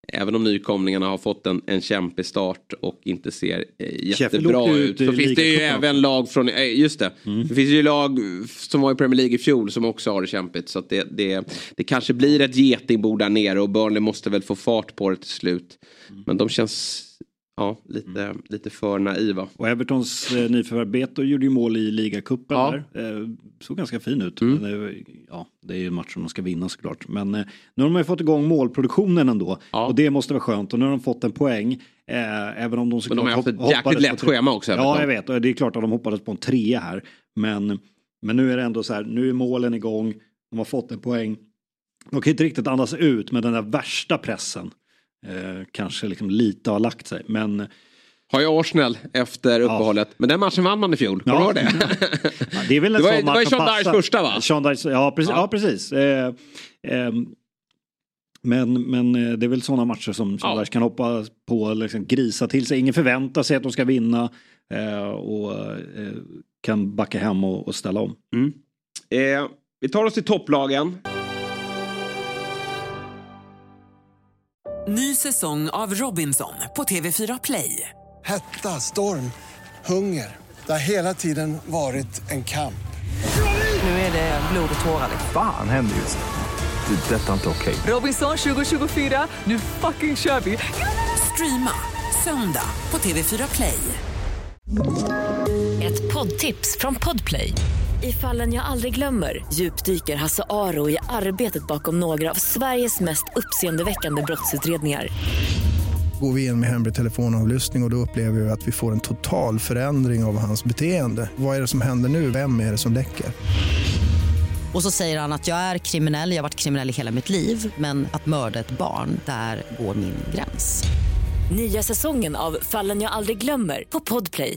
Speaker 2: även om nykomlingarna har fått en kämpig start och inte ser jättebra ut, så finns det ju även lag från, just det, det finns ju lag som var i Premier League i fjol som också har det kämpigt, så att det kanske blir ett getingbord där nere och Burnley måste väl få fart på det till slut, men de känns lite för naiva. Och
Speaker 3: Evertons nyförvärv Beto gjorde ju mål i ligacupen där. Såg ganska fin ut. Men det är ju en match som de ska vinna såklart. Men nu har de ju fått igång målproduktionen ändå. Och det måste vara skönt. Och nu har de fått en poäng. Även om de
Speaker 2: men de har haft ett jäkligt lätt schema också.
Speaker 3: Ja, jag vet. Och det är klart att de hoppades på en 3 här. Men nu är det ändå så här. Nu är målen igång. De har fått en poäng. De kan inte riktigt andas ut med den där värsta pressen. Kanske liksom lite har lagt sig, men
Speaker 2: har ju Arsenal efter uppehållet, men den matchen vann man i fjol. Kommer du ihåg det?
Speaker 3: Det är väl en sån match.
Speaker 2: Det var ju Sean Dyers första, va?
Speaker 3: Sean Dyers, ja precis. Men det är väl sådana matcher som Sean Dyers kan hoppa på, liksom grisa till sig. Ingen förväntar sig att de ska vinna och kan backa hem och ställa om.
Speaker 2: Vi tar oss till topplagen.
Speaker 4: Ny säsong av Robinson på TV4 Play.
Speaker 5: Hetta, storm, hunger. Det har hela tiden varit en kamp.
Speaker 4: Nu är det blod och tårar.
Speaker 6: Fan händer just det. Detta är inte okej.
Speaker 4: Robinson 2024, nu fucking kör vi. Streama söndag på TV4 Play.
Speaker 7: Ett poddtips från Podplay. I Fallen jag aldrig glömmer djupdyker Hasse Aro i arbetet bakom några av Sveriges mest uppseendeväckande brottsutredningar.
Speaker 5: Går vi in med hemlig telefonavlyssning och då upplever vi att vi får en total förändring av hans beteende. Vad är det som händer nu? Vem är det som läcker?
Speaker 8: Och så säger han att jag är kriminell, jag har varit kriminell i hela mitt liv. Men att mörda ett barn, där går min gräns.
Speaker 7: Nya säsongen av Fallen jag aldrig glömmer på Podplay.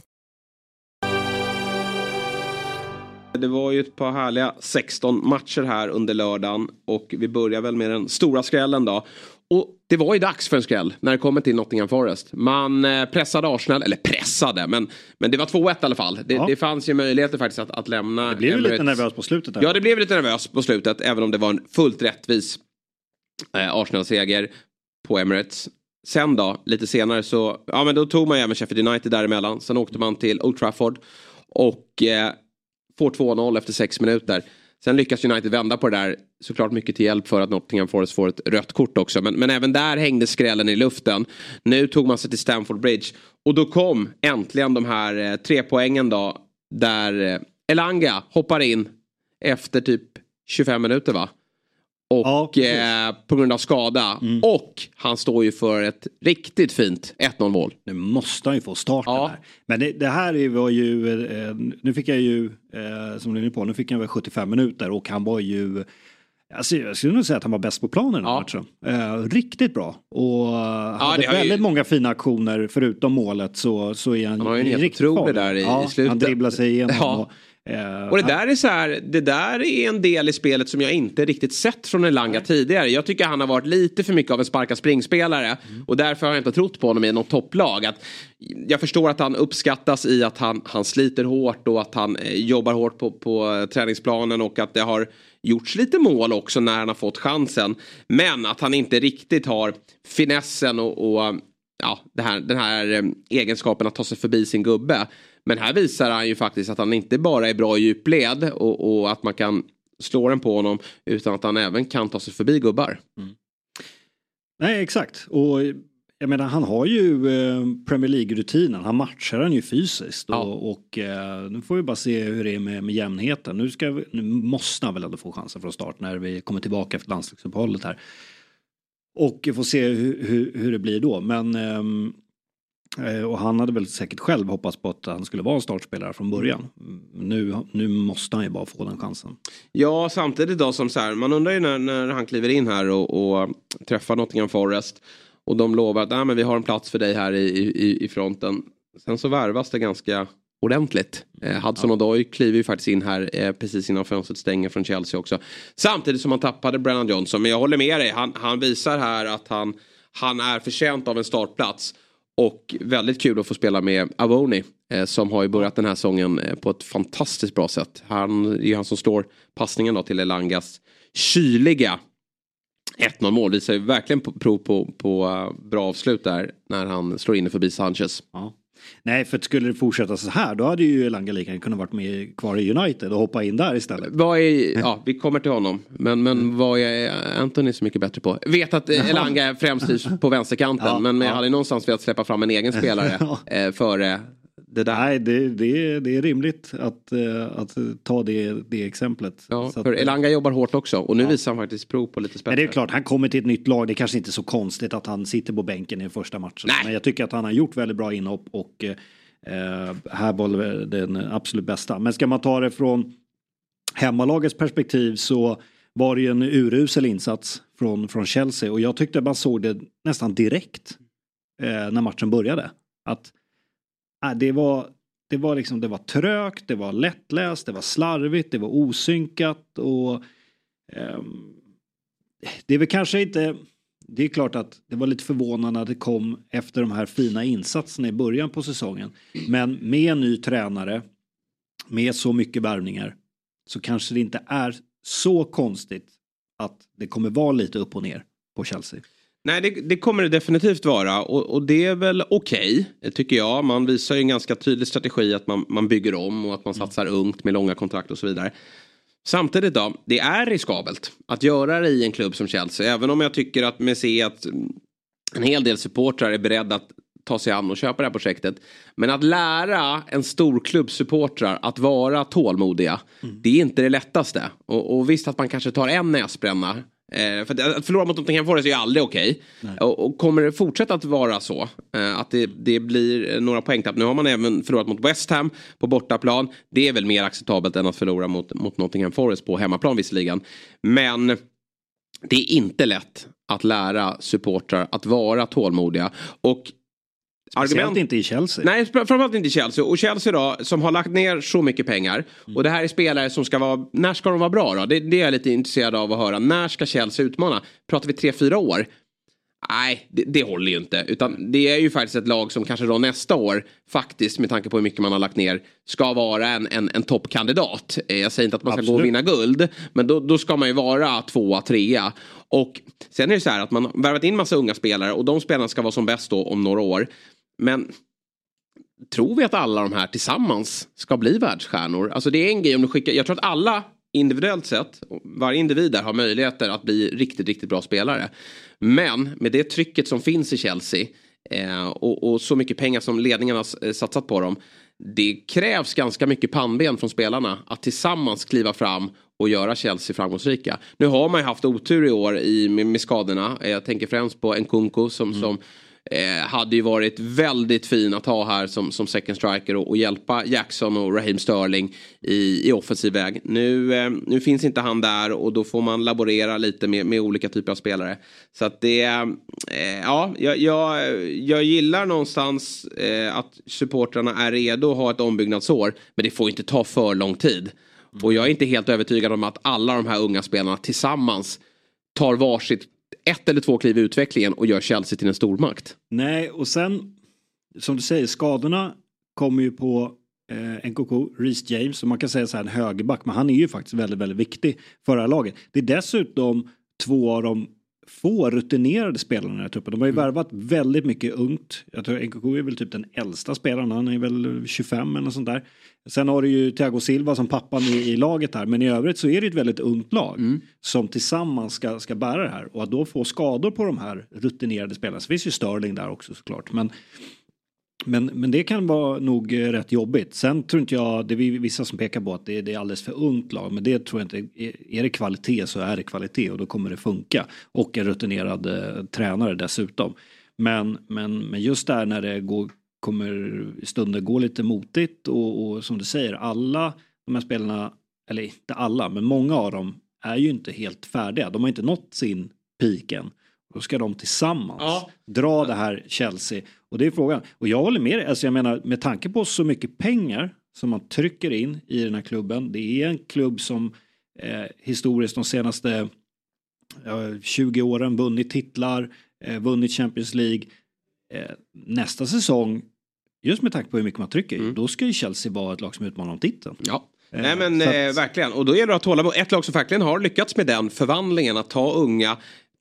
Speaker 2: Det var ju ett par härliga 16 matcher här under lördagen. Och vi börjar väl med den stora skrällen då. Och det var ju dags för en skräll när det kommer till Nottingham Forest. Man pressade Arsenal, eller pressade, men det var 2-1 i alla fall. Det fanns ju möjligheter faktiskt att lämna.
Speaker 3: Det blev ju lite nervöst på slutet.
Speaker 2: Ja, det blev lite nervöst på slutet, även om det var en fullt rättvis Arsenal-seger på Emirates. Sen då, lite senare så, men då tog man ju även Sheffield United däremellan. Sen åkte man till Old Trafford och får 2-0 efter 6 minuter. Sen lyckas United vända på det där, såklart mycket till hjälp för att Nottingham Forest får ett rött kort också. Men även där hängde skrällen i luften. Nu tog man sig till Stamford Bridge. Och då kom äntligen de här 3 poängen då. Där Elanga hoppar in efter typ 25 minuter, va? Och på grund av skada. Och han står ju för ett riktigt fint 1-0 mål.
Speaker 3: Nu måste han ju få starten här. Men det här var ju, nu fick jag ju, som du är på, nu fick jag väl 75 minuter. Och han var ju, alltså, jag skulle nog säga att han var bäst på planen i den matchen. Riktigt bra. Och hade väldigt många fina aktioner förutom målet. Så är han
Speaker 2: har ju en riktigt otrolig där i slutet.
Speaker 3: Han dribblar sig igenom.
Speaker 2: Och det där är så här, det där är en del i spelet som jag inte riktigt sett från Elanga tidigare. Jag tycker han har varit lite för mycket av en sparka springspelare och därför har jag inte trott på honom i något topplag. Jag förstår att han uppskattas i att han sliter hårt och att han jobbar hårt på träningsplanen och att det har gjorts lite mål också när han har fått chansen. Men att han inte riktigt har finessen och den här egenskapen att ta sig förbi sin gubbe. Men här visar han ju faktiskt att han inte bara är bra i djupled och att man kan slå den på honom, utan att han även kan ta sig förbi gubbar.
Speaker 3: Nej, exakt. Och jag menar, han har ju Premier League-rutinen. Han matchar den ju fysiskt. Och nu får vi bara se hur det är med jämnheten. Nu måste han väl ändå få chansen från start när vi kommer tillbaka efter landslagsuppehållet här. Och får se hur det blir då. Men och han hade väl säkert själv hoppats på att han skulle vara en startspelare från början. Nu måste han ju bara få den chansen. Ja, samtidigt då som så här, man undrar ju när han kliver in här och träffar Nottingham Forest och de lovar att men vi har en plats för dig här i fronten. Sen så värvas det ganska ordentligt. Hudson-Odoi kliver ju faktiskt in här precis innan fönstret stänger från Chelsea också. Samtidigt som han tappade Brennan Johnson. Men jag håller med dig, han visar här att han är förtjänt av en startplats. Och väldigt kul att få spela med Avoni som har ju börjat den här säsongen på ett fantastiskt bra sätt. Det är han som slår passningen då till Elangas kyliga
Speaker 2: 1-0 mål visar ju verkligen prov på bra avslut där när han slår in förbi Sanchez.
Speaker 3: Ja. Nej, för skulle det fortsätta så här då hade ju Elanga lika kunnat varit med kvar i United och hoppa in där istället.
Speaker 2: Vi kommer till honom. Men vad är Anthony så mycket bättre på? Vet att Elanga är främst på vänsterkanten, men jag hade någonstans velat släppa fram en egen spelare före det där.
Speaker 3: Nej, det är rimligt att ta det exemplet.
Speaker 2: Ja,
Speaker 3: så
Speaker 2: för Elanga jobbar hårt också och nu visar han faktiskt prov på lite spetsar.
Speaker 3: Men det är klart, han kommer till ett nytt lag. Det är kanske inte så konstigt att han sitter på bänken i första matchen.
Speaker 2: Nej.
Speaker 3: Men jag tycker att han har gjort väldigt bra inhopp och här var den absolut bästa. Men ska man ta det från hemmalagets perspektiv så var det ju en urusel insats från Chelsea och jag tyckte man såg det nästan direkt när matchen började. Att det var trögt, det var lättläst, det var slarvigt, det var osynkat och det är väl kanske inte, det är klart att det var lite förvånande att det kom efter de här fina insatserna i början på säsongen. Men med en ny tränare, med så mycket värvningar så kanske det inte är så konstigt att det kommer vara lite upp och ner på Chelsea.
Speaker 2: Nej, det kommer det definitivt vara och det är väl okej, tycker jag. Man visar ju en ganska tydlig strategi att man bygger om och att man satsar ungt med långa kontrakt och så vidare. Samtidigt då, det är riskabelt att göra det i en klubb som Chelsea. Även om jag tycker att man ser att en hel del supportrar är beredda att ta sig an och köpa det här projektet. Men att lära en stor klubbsupportrar att vara tålmodiga, det är inte det lättaste. Och visst att man kanske tar en näsbränna. För att förlora mot Nottingham Forest är ju aldrig okej. Och kommer det fortsätta att vara så att det blir några poängtapp. Nu har man även förlorat mot West Ham på bortaplan. Det är väl mer acceptabelt än att förlora mot Nottingham Forest på hemmaplan visserligen. Men det är inte lätt att lära supportrar att vara tålmodiga. Och
Speaker 3: Speciellt inte i Chelsea.
Speaker 2: Nej, framförallt inte i Chelsea. Och Chelsea då, som har lagt ner så mycket pengar. Och det här är spelare som ska vara... När ska de vara bra då? Det är jag lite intresserad av att höra. När ska Chelsea utmana? Pratar vi 3-4 år? Nej, det håller ju inte. Utan det är ju faktiskt ett lag som kanske då nästa år, faktiskt med tanke på hur mycket man har lagt ner, ska vara en toppkandidat. Jag säger inte att man ska gå och vinna guld. Men då ska man ju vara 2-3. Och sen är det så här att man har värvat in massa unga spelare. Och de spelarna ska vara som bäst då om några år. Men tror vi att alla de här tillsammans ska bli världsstjärnor? Alltså det är en grej om du skickar... Jag tror att alla individuellt sett, varje individ där har möjligheter att bli riktigt, riktigt bra spelare. Men med det trycket som finns i Chelsea och så mycket pengar som ledningen har satsat på dem, det krävs ganska mycket pannben från spelarna att tillsammans kliva fram och göra Chelsea framgångsrika. Nu har man ju haft otur i år med skadorna. Jag tänker främst på Nkunku som hade ju varit väldigt fin att ha här som second striker och hjälpa Jackson och Raheem Sterling i offensiv väg. Nu finns inte han där och då får man laborera lite med olika typer av spelare. Så att det jag gillar någonstans att supportrarna är redo att ha ett ombyggnadsår, men det får inte ta för lång tid. Och jag är inte helt övertygad om att alla de här unga spelarna tillsammans tar varsitt 1 eller 2 kliv i utvecklingen och gör Chelsea till en stormakt.
Speaker 3: Nej, och sen som du säger, skadorna kommer ju på Nkunku, Reece James, och man kan säga så här en högerback, men han är ju faktiskt väldigt, väldigt viktig för det här laget. Det är dessutom 2 av de få rutinerade spelarna i den här truppen. De har ju värvat väldigt mycket ungt. Jag tror Nkunku är väl typ den äldsta spelaren. Han är väl 25 eller sånt där. Sen har du ju Thiago Silva som pappan i laget här. Men i övrigt så är det ett väldigt ungt lag som tillsammans ska bära det här. Och att då få skador på de här rutinerade spelarna. Så finns ju Sterling där också såklart. Men det kan vara nog rätt jobbigt. Sen tror inte jag, det är vissa som pekar på att det är alldeles för ungt lag. Men det tror jag inte, är det kvalitet så är det kvalitet och då kommer det funka. Och en rutinerad tränare dessutom. Men just där när det kommer stunder gå lite motigt och som du säger, alla de här spelarna, eller inte alla, men många av dem är ju inte helt färdiga. De har inte nått sin piken. Då ska de tillsammans dra det här Chelsea. Och det är frågan. Och jag håller med dig. Alltså jag menar, med tanke på så mycket pengar som man trycker in i den här klubben. Det är en klubb som historiskt de senaste 20 åren vunnit titlar, vunnit Champions League. Nästa säsong, just med tanke på hur mycket man trycker då ska ju Chelsea vara ett lag som utmanar om titeln.
Speaker 2: Ja. Nej men verkligen. Och då gäller det att hålla med ett lag som verkligen har lyckats med den förvandlingen. Att ta unga,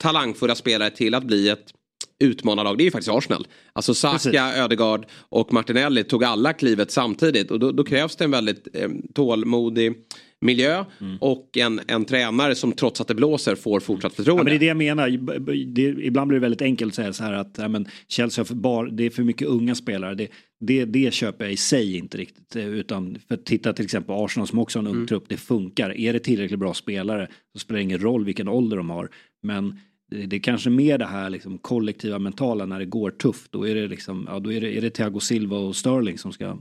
Speaker 2: talangfulla spelare till att bli ett utmanarlag. Det är ju faktiskt Arsenal. Alltså Saka, Ödegaard och Martinelli tog alla klivet samtidigt. Och då krävs det en väldigt tålmodig miljö och en tränare som trots att det blåser får fortsatt förtroende.
Speaker 3: Ja, men det är det jag menar. Ibland blir det väldigt enkelt att säga så här att Chelsea det är för mycket unga spelare. Det köper jag i sig inte riktigt. Utan för att titta till exempel på Arsenal som också har en ung trupp. Det funkar. Är det tillräckligt bra spelare så spelar det ingen roll vilken ålder de har. Men det är kanske mer det här liksom kollektiva mentala när det går tufft. Då är det liksom, då är det Thiago Silva och Sterling som ska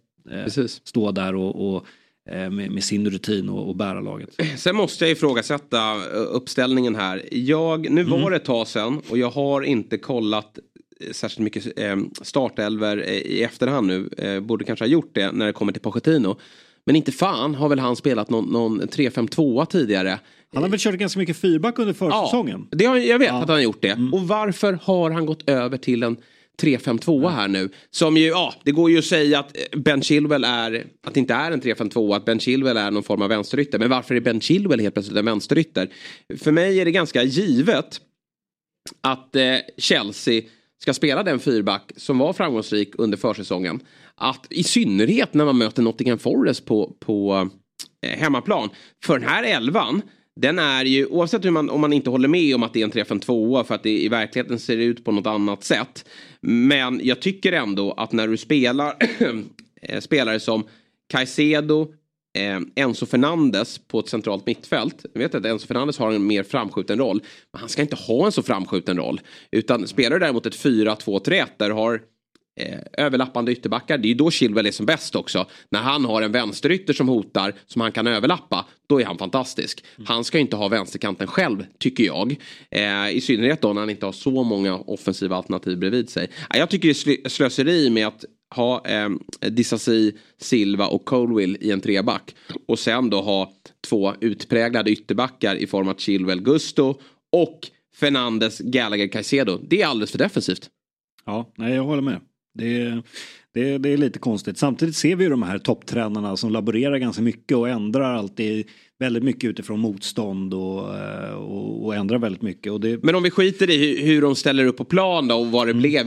Speaker 3: stå där och med sin rutin och bära laget.
Speaker 2: Sen måste jag ifrågasätta uppställningen här. Nu var det ett tag sedan och jag har inte kollat särskilt mycket startelver i efterhand nu. Borde kanske ha gjort det när det kommer till Pochettino. Men inte fan har väl han spelat någon 3-5-2 tidigare.
Speaker 3: Han har väl kört ganska mycket fyrback under försäsongen.
Speaker 2: Ja, jag vet att han har gjort det. Och varför har han gått över till en 3-5-2 här nu? Som ju, det går ju att säga att Ben Chilwell att det inte är en 3-5-2, att Ben Chilwell är någon form av vänsterytter. Men varför är Ben Chilwell helt plötsligt en vänsterytter? För mig är det ganska givet att Chelsea ska spela den fyrback som var framgångsrik under försäsongen. Att i synnerhet när man möter Nottingham Forest på hemmaplan. För den här 11, den är ju, oavsett om man inte håller med om att det är en 3-5-2 för att det i verkligheten ser ut på något annat sätt. Men jag tycker ändå att när du spelar spelare som Caicedo, Enzo Fernandes på ett centralt mittfält. Jag vet att Enzo Fernandes har en mer framskjuten roll. Men han ska inte ha en så framskjuten roll. Utan spelar du däremot ett 4-2-3 där du har överlappande ytterbackar. Det är ju då Chilwell är som bäst också. När han har en vänsterytter som hotar, som han kan överlappa, då är han fantastisk. Han ska inte ha vänsterkanten själv, tycker jag. I synnerhet då när han inte har så många offensiva alternativ bredvid sig. Jag tycker det är slöseri med att ha Disasi, Silva och Colwill i en treback. Och sen då ha 2 utpräglade ytterbackar i form av Chilwell, Gusto och Fernandes, Gallagher, Caicedo. Det är alldeles för defensivt.
Speaker 3: Ja, nej, jag håller med. Det är lite konstigt. Samtidigt ser vi ju de här topptränarna som laborerar ganska mycket och ändrar alltid väldigt mycket utifrån motstånd och ändrar väldigt mycket.
Speaker 2: Men om vi skiter i hur de ställer upp på plan då, och vad det blev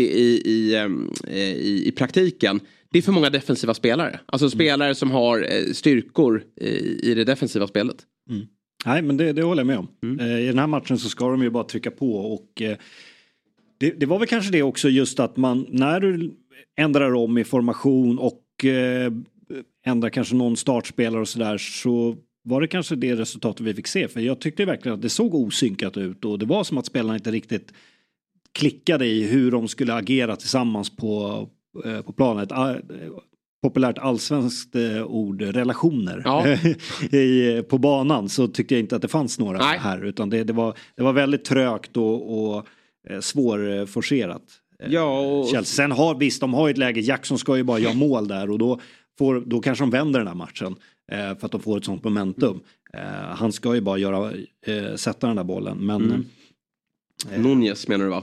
Speaker 2: i praktiken. Det är för många defensiva spelare. Alltså spelare som har styrkor i det defensiva spelet.
Speaker 3: Nej, men det håller jag med om. I den här matchen så ska de ju bara trycka på och det var väl kanske det också, just att man, när du ändrar om i formation och ändrar kanske någon startspelare och sådär, så var det kanske det resultatet vi fick se. För jag tyckte verkligen att det såg osynkat ut och det var som att spelarna inte riktigt klickade i hur de skulle agera tillsammans på planet. Populärt allsvenskt ord, relationer. Ja. På banan så tyckte jag inte att det fanns några här, utan det var väldigt trögt och svårforcerat. Chelsea. Sen de har ett läge, Jackson ska ju bara göra mål där och då kanske de vänder den här matchen för att de får ett sånt momentum. Han ska ju bara sätta den där bollen, men
Speaker 2: Nunez menar du va?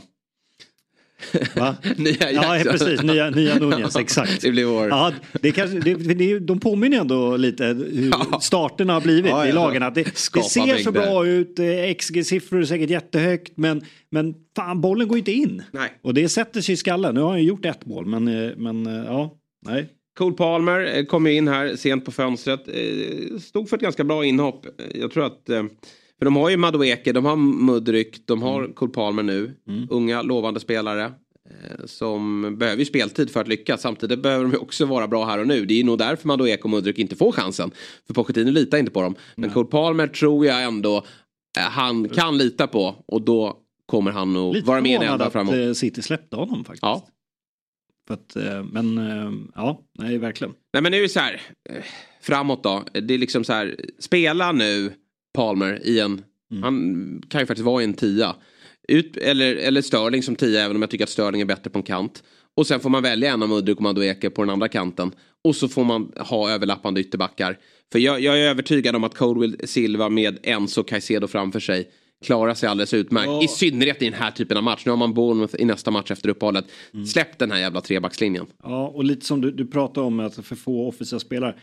Speaker 3: Ja, precis, nya Nunez, exakt.
Speaker 2: Det blir vår.
Speaker 3: Ja, de påminner ändå lite hur starterna har blivit i lagen, att det ser så bra ut, XG-siffror är säkert jättehögt, men fan, bollen går inte in.
Speaker 2: Nej.
Speaker 3: Och det sätter sig i skallen. Nu har han ju gjort 1 mål, men nej.
Speaker 2: Cole Palmer kom ju in här sent på fönstret, stod för ett ganska bra inhopp. Jag tror att för de har ju Madueke, de har Mudryk, de har Cole Palmer nu. Unga, lovande spelare som behöver ju speltid för att lyckas. Samtidigt behöver de ju också vara bra här och nu. Det är nog därför Madueke och Mudryk inte får chansen. För Pochettino litar inte på dem. Men Cole Palmer tror jag ändå han kan lita på. Och då kommer han att vara med ända framåt.
Speaker 3: Lite City släppte honom faktiskt. Ja. För att, nej, verkligen.
Speaker 2: Nej, men nu är det så här, framåt då. Det är liksom så här, spela nu Palmer i en, han kan ju faktiskt vara i en 10. Eller Sterling som 10, även om jag tycker att Sterling är bättre på en kant. Och sen får man välja en av Mudryk och Madueke på den andra kanten. Och så får man ha överlappande ytterbackar. För jag är övertygad om att Colwill Silva med Enzo Caicedo framför sig klarar sig alldeles utmärkt. Ja. I synnerhet i den här typen av match. Nu har man Bournemouth i nästa match efter uppehållet. Släpp den här jävla trebackslinjen.
Speaker 3: Ja, och lite som du pratar om att för få offensiva spelare.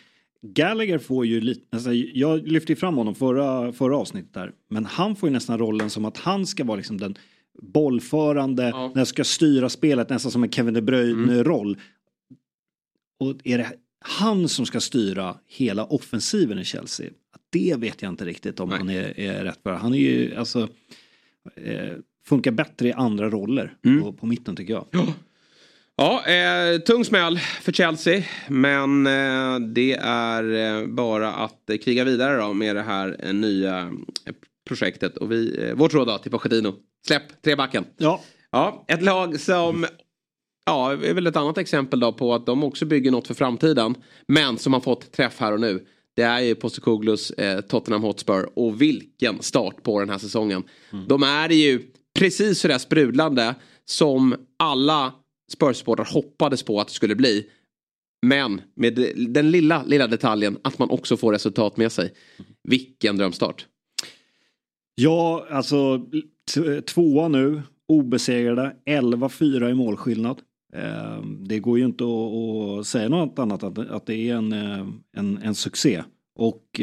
Speaker 3: Gallagher får ju lite, alltså, jag lyfte fram honom förra avsnittet där, men han får ju nästan rollen som att han ska vara liksom den bollförande, när jag ska styra spelet nästan som en Kevin De Bruyne-roll. Och är det han som ska styra hela offensiven i Chelsea? Det vet jag inte riktigt om han är rätt för. Han är ju alltså funkar bättre i andra roller på mitten tycker jag.
Speaker 2: Ja, tung smäll för Chelsea. Men det är bara att kriga vidare då med det här nya projektet. Och vårt råd då till Pochettino. Släpp 3 backen. Ja, ett lag som är väl ett annat exempel då på att de också bygger något för framtiden. Men som har fått träff här och nu. Det är ju Postecoglou's Tottenham Hotspur. Och vilken start på den här säsongen. De är ju precis så där sprudlande som alla Spurs-supportrar hoppades på att det skulle bli. Men med den lilla detaljen att man också får resultat med sig. Vilken drömstart.
Speaker 3: Ja, alltså 2 nu. Obesegrade. 11-4 i målskillnad. Det går ju inte att säga något annat att det är en succé. Och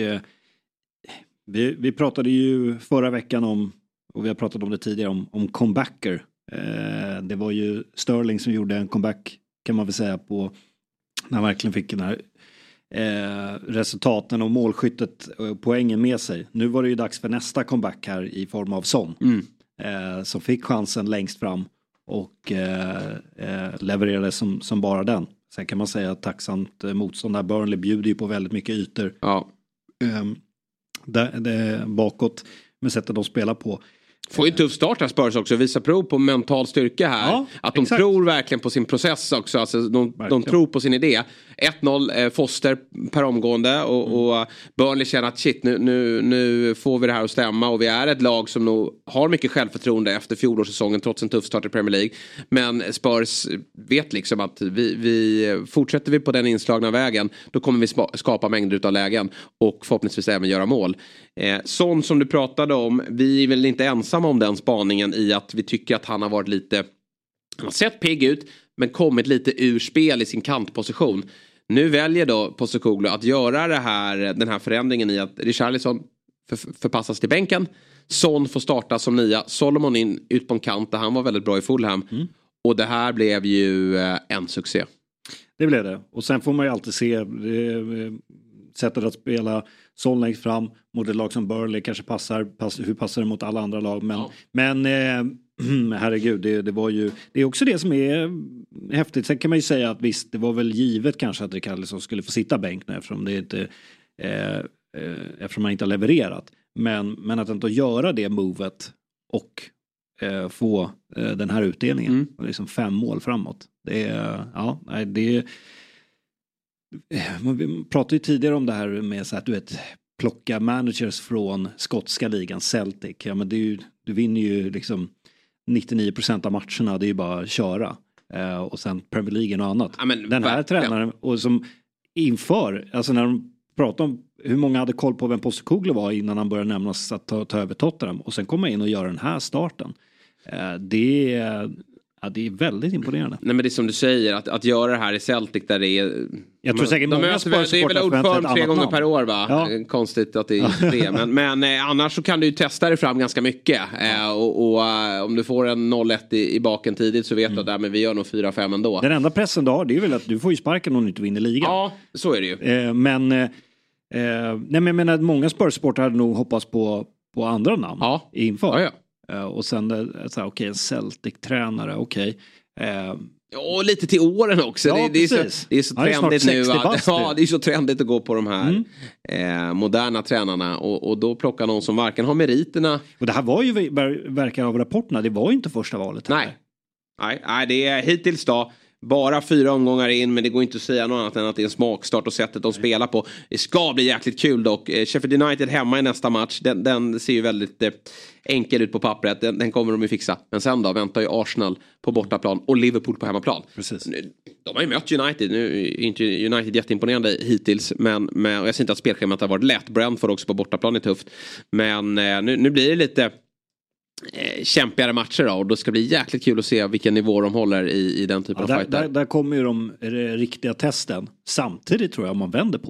Speaker 3: vi pratade ju förra veckan om, och vi har pratat om det tidigare, om comebacker. Det var ju Sterling som gjorde en comeback kan man väl säga på när han verkligen fick den här resultaten och målskyttet poängen med sig. Nu var det ju dags för nästa comeback här i form av Son. Som fick chansen längst fram och levererade som bara den. Sen kan man säga att tacksamt motstånd där. Burnley bjuder ju på väldigt mycket ytor. Bakåt med sättet de spelar på.
Speaker 2: Får ju en tuff start här Spurs också. Visa prov på mental styrka här. Ja, att de tror verkligen på sin process också. Alltså de tror på sin idé. 1-0 Foster per omgående. Och Burnley känner att shit nu får vi det här att stämma. Och vi är ett lag som nog har mycket självförtroende efter fjolårssäsongen. Trots en tuff start i Premier League. Men Spurs vet liksom att vi fortsätter vi på den inslagna vägen. Då kommer vi skapa mängder av lägen. Och förhoppningsvis även göra mål. Sånt som du pratade om. Vi är väl inte ensamma om den spaningen i att vi tycker att han har varit lite, han har sett pigg ut men kommit lite ur spel i sin kantposition. Nu väljer då Postecoglou att göra den här förändringen i att Richarlison förpassas till bänken. Son får starta som 9. Solomon in ut på en kant där han var väldigt bra i Fulham. Och det här blev ju en succé.
Speaker 3: Det blev det. Och sen får man ju alltid se sättet att spela Son längst fram mot ett lag som Burnley kanske hur passar det mot alla andra lag men herregud det var ju, det är också det som är häftigt. Sen kan man ju säga att visst det var väl givet kanske att Richarlison skulle få sitta bänk nu eftersom man inte har levererat men att inte göra det movet och få den här utdelningen och liksom 5 mål framåt det är vi pratade ju tidigare om det här med så att du vet plocka managers från skotska ligan Celtic. Ja men det är ju, du vinner ju liksom 99% av matcherna, det är ju bara att köra. Och sen Premier League och annat. Ja, men den här tränaren och som inför, alltså när de pratar om hur många hade koll på vem Postecoglou var innan han började nämnas att ta över Tottenham och sen komma in och göra den här starten. Det är väldigt imponerande. Nej
Speaker 2: men det är som du säger att göra det här i Celtic där det är
Speaker 3: jag tror säkert många
Speaker 2: det är väl ordförande 3 gånger per år va? Ja. Konstigt att det är det. Men annars så kan du ju testa det fram ganska mycket. Och om du får en 0-1 i baken tidigt så vet du att men vi gör nog 4-5 ändå. Den
Speaker 3: enda pressen då det är väl att du får ju sparken om du inte vinner ligan.
Speaker 2: Ja, så är det ju.
Speaker 3: Men jag menar att många Spurs-supportrar hade nog hoppats på andra namn inför. Ja. Och sen okej, en Celtic-tränare, okej.
Speaker 2: Och lite till åren också.
Speaker 3: Ja,
Speaker 2: det är så trendigt nu. Det är så trendigt att gå på de här moderna tränarna. Och då plocka någon som varken har meriterna.
Speaker 3: Och det här var ju, verkar av rapporterna, det var ju inte första valet.
Speaker 2: Nej, det är hittills då. Bara 4 omgångar in, men det går inte att säga något annat än att det är en smakstart och sättet de spelar på. Det ska bli jäkligt kul dock. Sheffield United hemma i nästa match. Den ser ju väldigt enkel ut på pappret. Den kommer de ju fixa. Men sen då väntar ju Arsenal på bortaplan och Liverpool på hemmaplan.
Speaker 3: Precis.
Speaker 2: De har ju mött United. Nu är inte United jätteimponerande hittills. Men och jag ser inte att spelschemat har varit lätt. Brentford också på bortaplan är tufft. Men nu blir det lite kämpigare matcher då, och då ska det bli jäkligt kul att se vilken nivå de håller i den typen av fighter.
Speaker 3: Där kommer ju de riktiga testen. Samtidigt tror jag om man vänder på det.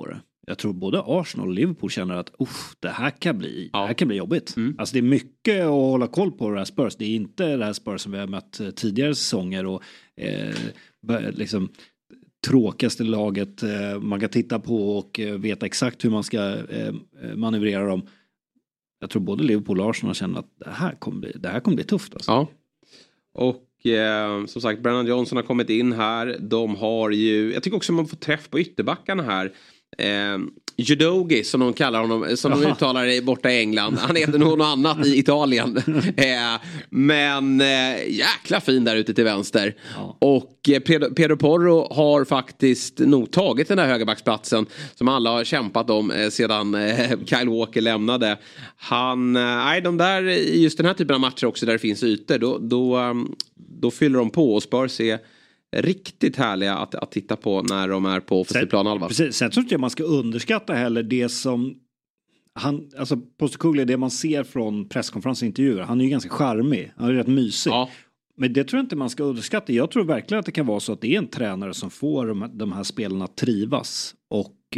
Speaker 3: jag tror både Arsenal och Liverpool känner att det här kan bli jobbigt. Alltså det är mycket att hålla koll på det här Spurs. Det är inte det här Spurs som vi har mött tidigare säsonger och liksom tråkigaste laget man kan titta på och veta exakt hur man ska manövrera dem. Jag tror både Liverpool och Arsenal känner att det här kommer bli tufft. Alltså.
Speaker 2: Ja. Och som sagt, Brennan Johnson har kommit in här. De har ju, jag tycker också man får träff på ytterbackarna här. Judogi som de kallar honom, som de uttalar det borta i England. Han heter något annat i Italien. Men jäkla fin där ute till vänster. Ja. Och Pedro Porro har faktiskt nog tagit den där högerbacksplatsen som alla har kämpat om sedan Kyle Walker lämnade. De där, just den här typen av matcher också där det finns ytor, då fyller de på och Spurs är riktigt härliga att titta på när de är på offensiv planhalva.
Speaker 3: Precis, sen tror jag man ska underskatta heller det som Postecoglou, det man ser från presskonferenser och intervjuer, han är ju ganska charmig, han är rätt mysig. Ja. Men det tror jag inte man ska underskatta. Jag tror verkligen att det kan vara så att det är en tränare som får de här spelarna trivas och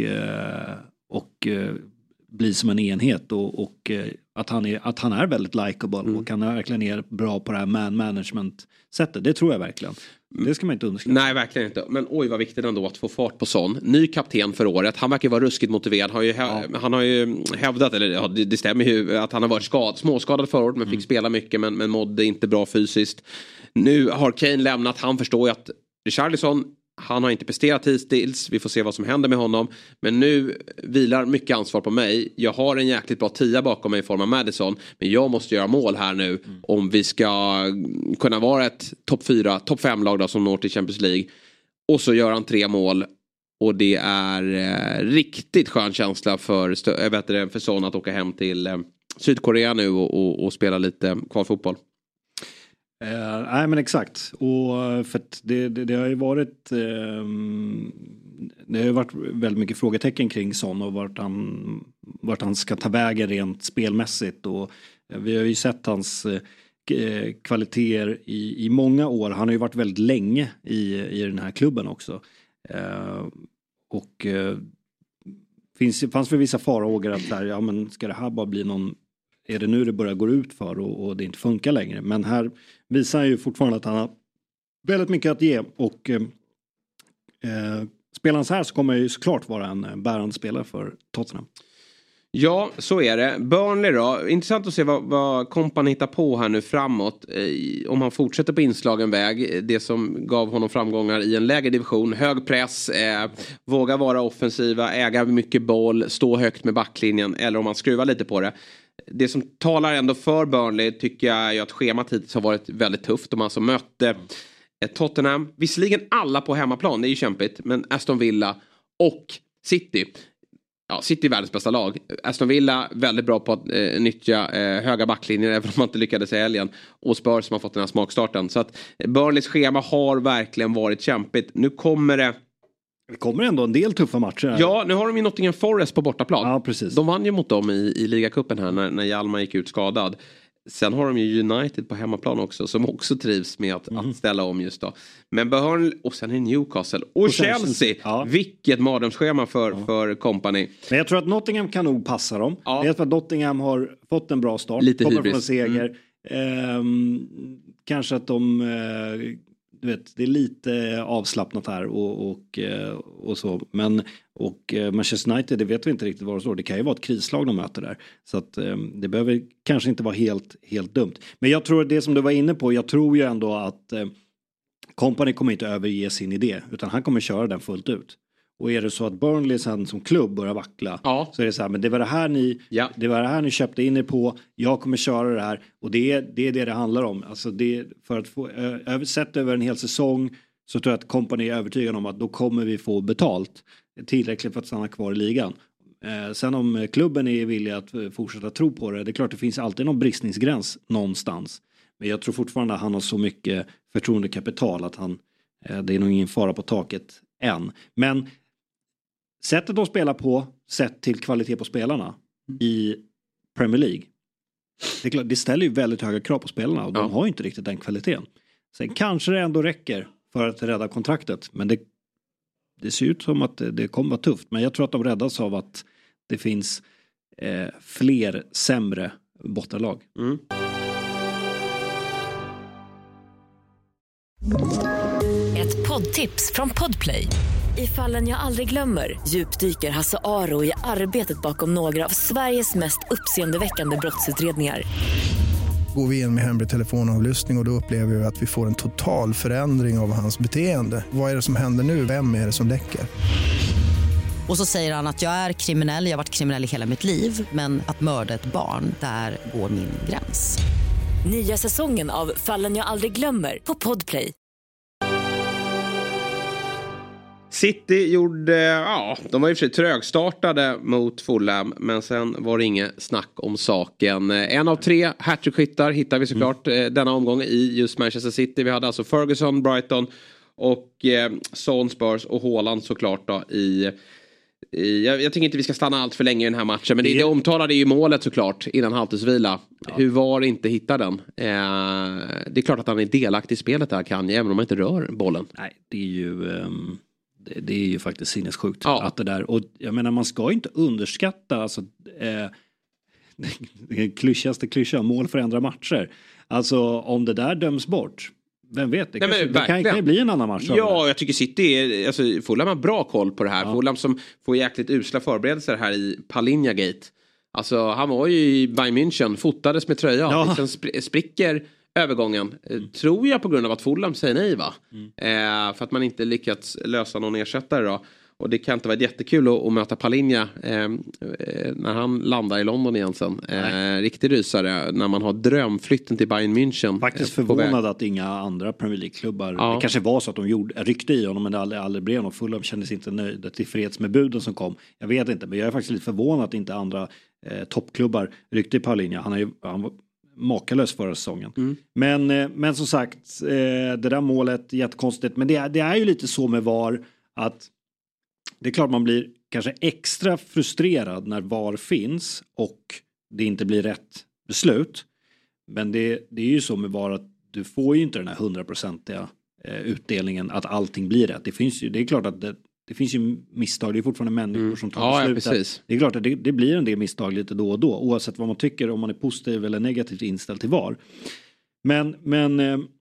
Speaker 3: bli som en enhet och att han är väldigt likeable och han verkligen är bra på det här man-management sättet. Det tror jag verkligen. Det ska man inte underskatta.
Speaker 2: Nej, verkligen inte. Men oj vad viktigt ändå att få fart på Son. Ny kapten för året. Han verkar vara ruskigt motiverad. Han har ju hävdat, eller det stämmer ju, att han har varit småskadad förra året men fick spela mycket men mådde inte bra fysiskt. Nu har Kane lämnat. Han förstår ju att Richarlison, han har inte presterat hittills. Vi får se vad som händer med honom. Men nu vilar mycket ansvar på mig. Jag har en jäkligt bra 10 bakom mig i form av Maddison. Men jag måste göra mål här nu. Om vi ska kunna vara ett topp 4, topp 5 lag då, som når till Champions League. Och så gör han 3 mål. Och det är riktigt skön känsla för Son att åka hem till Sydkorea nu och spela lite kvalfotboll.
Speaker 3: Nej men exakt, och för att det har ju varit det har ju varit väldigt mycket frågetecken kring Son och vart han ska ta vägen rent spelmässigt, och vi har ju sett hans kvaliteter i många år. Han har ju varit väldigt länge i den här klubben också, och fanns för vissa farhågor att där, men ska det här bara bli någon, är det nu det börjar gå ut för och det inte funkar längre. Men här visar han ju fortfarande att han har väldigt mycket att ge. Och spelar han så här så kommer ju såklart vara en bärande spelare för Tottenham.
Speaker 2: Ja, så är det. Burnley då. Intressant att se vad Kompany hittar på här nu framåt. Om han fortsätter på inslagen väg. Det som gav honom framgångar i en lägre division. Hög press. Våga vara offensiva. Äga mycket boll. Stå högt med backlinjen. Eller om man skruvar lite på det. Det som talar ändå för Burnley tycker jag är att schemat hittills har varit väldigt tufft. De har alltså mött Tottenham. Visserligen alla på hemmaplan. Det är ju kämpigt. Men Aston Villa och City. Ja, City är världens bästa lag. Aston Villa väldigt bra på att nyttja höga backlinjer även om man inte lyckades i helgen. Och Spurs som har fått den här smakstarten. Så att Burnleys schema har verkligen varit kämpigt. Nu kommer det...
Speaker 3: Det kommer ändå en del tuffa matcher här.
Speaker 2: Ja, nu har de ju Nottingham Forest på bortaplan.
Speaker 3: Ja, precis.
Speaker 2: De vann ju mot dem i ligacupen här när Hjalmar gick ut skadad. Sen har de ju United på hemmaplan också som också trivs med att ställa om just då. Men Burnley och sen är Newcastle och Chelsea. Ja. Vilket mardrömsschema för Kompany.
Speaker 3: Men jag tror att Nottingham kan nog passa dem. Ja. Det är för att Nottingham har fått en bra start.
Speaker 2: Lite
Speaker 3: kommer
Speaker 2: hybris.
Speaker 3: Från seger. Kanske att de... Du vet, det är lite avslappnat här och så. Men Manchester United, det vet vi inte riktigt vad det står. Det kan ju vara ett krislag de möter där. Så att det behöver kanske inte vara helt dumt. Men jag tror det som du var inne på, jag tror ju ändå att Kompany kommer inte överge sin idé. Utan han kommer köra den fullt ut. Och är det så att Burnley sen som klubb börjar vackla, så är det så här, men det var det här ni köpte in er på, jag kommer köra det här, och det är det handlar om. Alltså det, för att få sett över en hel säsong så tror jag att Kompany är övertygad om att då kommer vi få betalt tillräckligt för att stanna kvar i ligan. Sen om klubben är villig att fortsätta tro på det är klart det finns alltid någon bristningsgräns någonstans. Men jag tror fortfarande att han har så mycket förtroendekapital att det är nog ingen fara på taket än. Men sättet de spelar på, sett till kvalitet på spelarna i Premier League. Det är klart, det ställer ju väldigt höga krav på spelarna och de har ju inte riktigt den kvaliteten. Sen kanske det ändå räcker för att rädda kontraktet, men det ser ut som att det kommer vara tufft. Men jag tror att de räddas av att det finns fler sämre bottenlag.
Speaker 7: Ett poddtips från Podplay. I Fallen jag aldrig glömmer djupdyker Hasse Aro i arbetet bakom några av Sveriges mest uppseendeväckande brottsutredningar.
Speaker 5: Går vi in med hemlig telefonavlyssning och då upplever vi att vi får en total förändring av hans beteende. Vad är det som händer nu? Vem är det som läcker?
Speaker 8: Och så säger han att jag är kriminell, jag har varit kriminell i hela mitt liv. Men att mörda ett barn, där går min gräns.
Speaker 7: Nya säsongen av Fallen jag aldrig glömmer på Podplay.
Speaker 2: City gjorde, de var i och för sig trögstartade mot Fulham, men sen var det inget snack om saken. En av 3 hattrick-skyttar hittar vi såklart denna omgång i just Manchester City. Vi hade alltså Ferguson, Brighton och Son, Spurs och Haaland såklart då jag tycker inte vi ska stanna allt för länge i den här matchen. Men det omtalade ju målet såklart innan halvtidsvila. Ja. Hur var det inte hitta den? Det är klart att han är delaktig i spelet där, kan även om man inte rör bollen.
Speaker 3: Nej, det är ju faktiskt sinnessjukt att det där. Och jag menar, man ska inte underskatta alltså, den klyschigaste mål förändrar matcher. Alltså om det där döms bort, vem vet, det kan ju bli en annan match.
Speaker 2: Ja, jag tycker City alltså, Fulham har bra koll på det här. Fulham som får jäkligt usla förberedelser här i Palinja-gate. Alltså han var ju i Bayern München, fotades med tröja. Liksom spricker övergången. Tror jag på grund av att Fulham säger nej, va? För att man inte lyckats lösa någon ersättare då. Och det kan inte vara jättekul att möta Palinja när han landar i London igen sen. Riktig rysare när man har drömflytten till Bayern München.
Speaker 3: Faktiskt förvånad att inga andra Premier League-klubbar, det kanske var så att de ryckte i honom, men det aldrig blev något. Fulham kändes inte nöjda tillfreds med buden som kom. Jag vet inte, men jag är faktiskt lite förvånad att inte andra toppklubbar ryckte i Palinja. Han var makalös förra säsongen. Men som sagt, det där målet jättekonstigt. Men det är ju lite så med VAR att det är klart man blir kanske extra frustrerad när VAR finns och det inte blir rätt beslut. Men det är ju så med VAR att du får ju inte den här 100-procentiga utdelningen att allting blir rätt. Det är klart att det finns ju misstag. Det är fortfarande människor som tar beslut. Ja, det är klart att det blir en del misstag lite då och då. Oavsett vad man tycker, om man är positiv eller negativt inställd till VAR. Men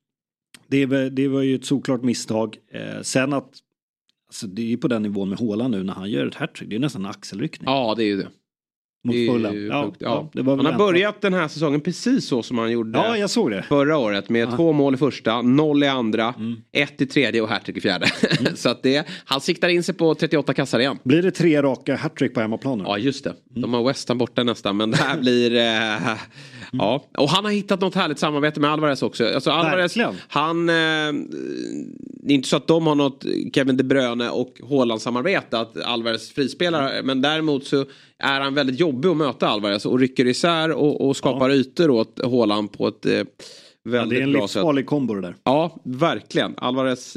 Speaker 3: det var ju ett såklart misstag. Sen att alltså det är ju på den nivån med Haaland nu när han gör ett hattrick. Det är nästan en axelryckning.
Speaker 2: Ja, det är ju det.
Speaker 3: Mot Fulham.
Speaker 2: Han har börjat den här säsongen precis så som han gjorde
Speaker 3: jag såg det.
Speaker 2: Förra året. Med 2 mål i första, 0 i andra, 1 i tredje och hattrick i fjärde. Så att han siktar in sig på 38 kassar igen.
Speaker 3: Blir det 3 raka hattrick på hemmaplan nu?
Speaker 2: Ja, just det. De har West Ham borta nästan. Men det här blir... ja. Och han har hittat något härligt samarbete med Alvarez också. Alltså Alvarez, han... det är inte så att de har något Kevin De Bruyne och Haaland samarbete, att Alvarez frispelar. Men däremot så är han väldigt jobbig att möta Alvarez och rycker isär och skapar ytor åt Haaland på ett väldigt bra sätt.
Speaker 3: Det är en livsfarlig kombo det där.
Speaker 2: Ja, verkligen. Alvarez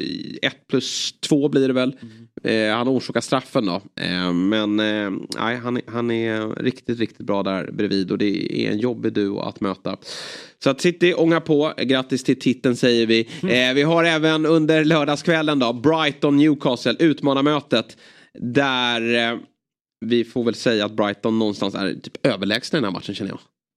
Speaker 2: 1+2 blir det väl. Han orsakar straffen då. Men han är riktigt, riktigt bra där bredvid och det är en jobbig duo att möta. Så att City ångar på. Grattis till titeln säger vi. Vi har även under lördagskvällen då Brighton-Newcastle, utmanarmötet. Där vi får väl säga att Brighton någonstans är typ överlägsna i den här matchen, känner jag.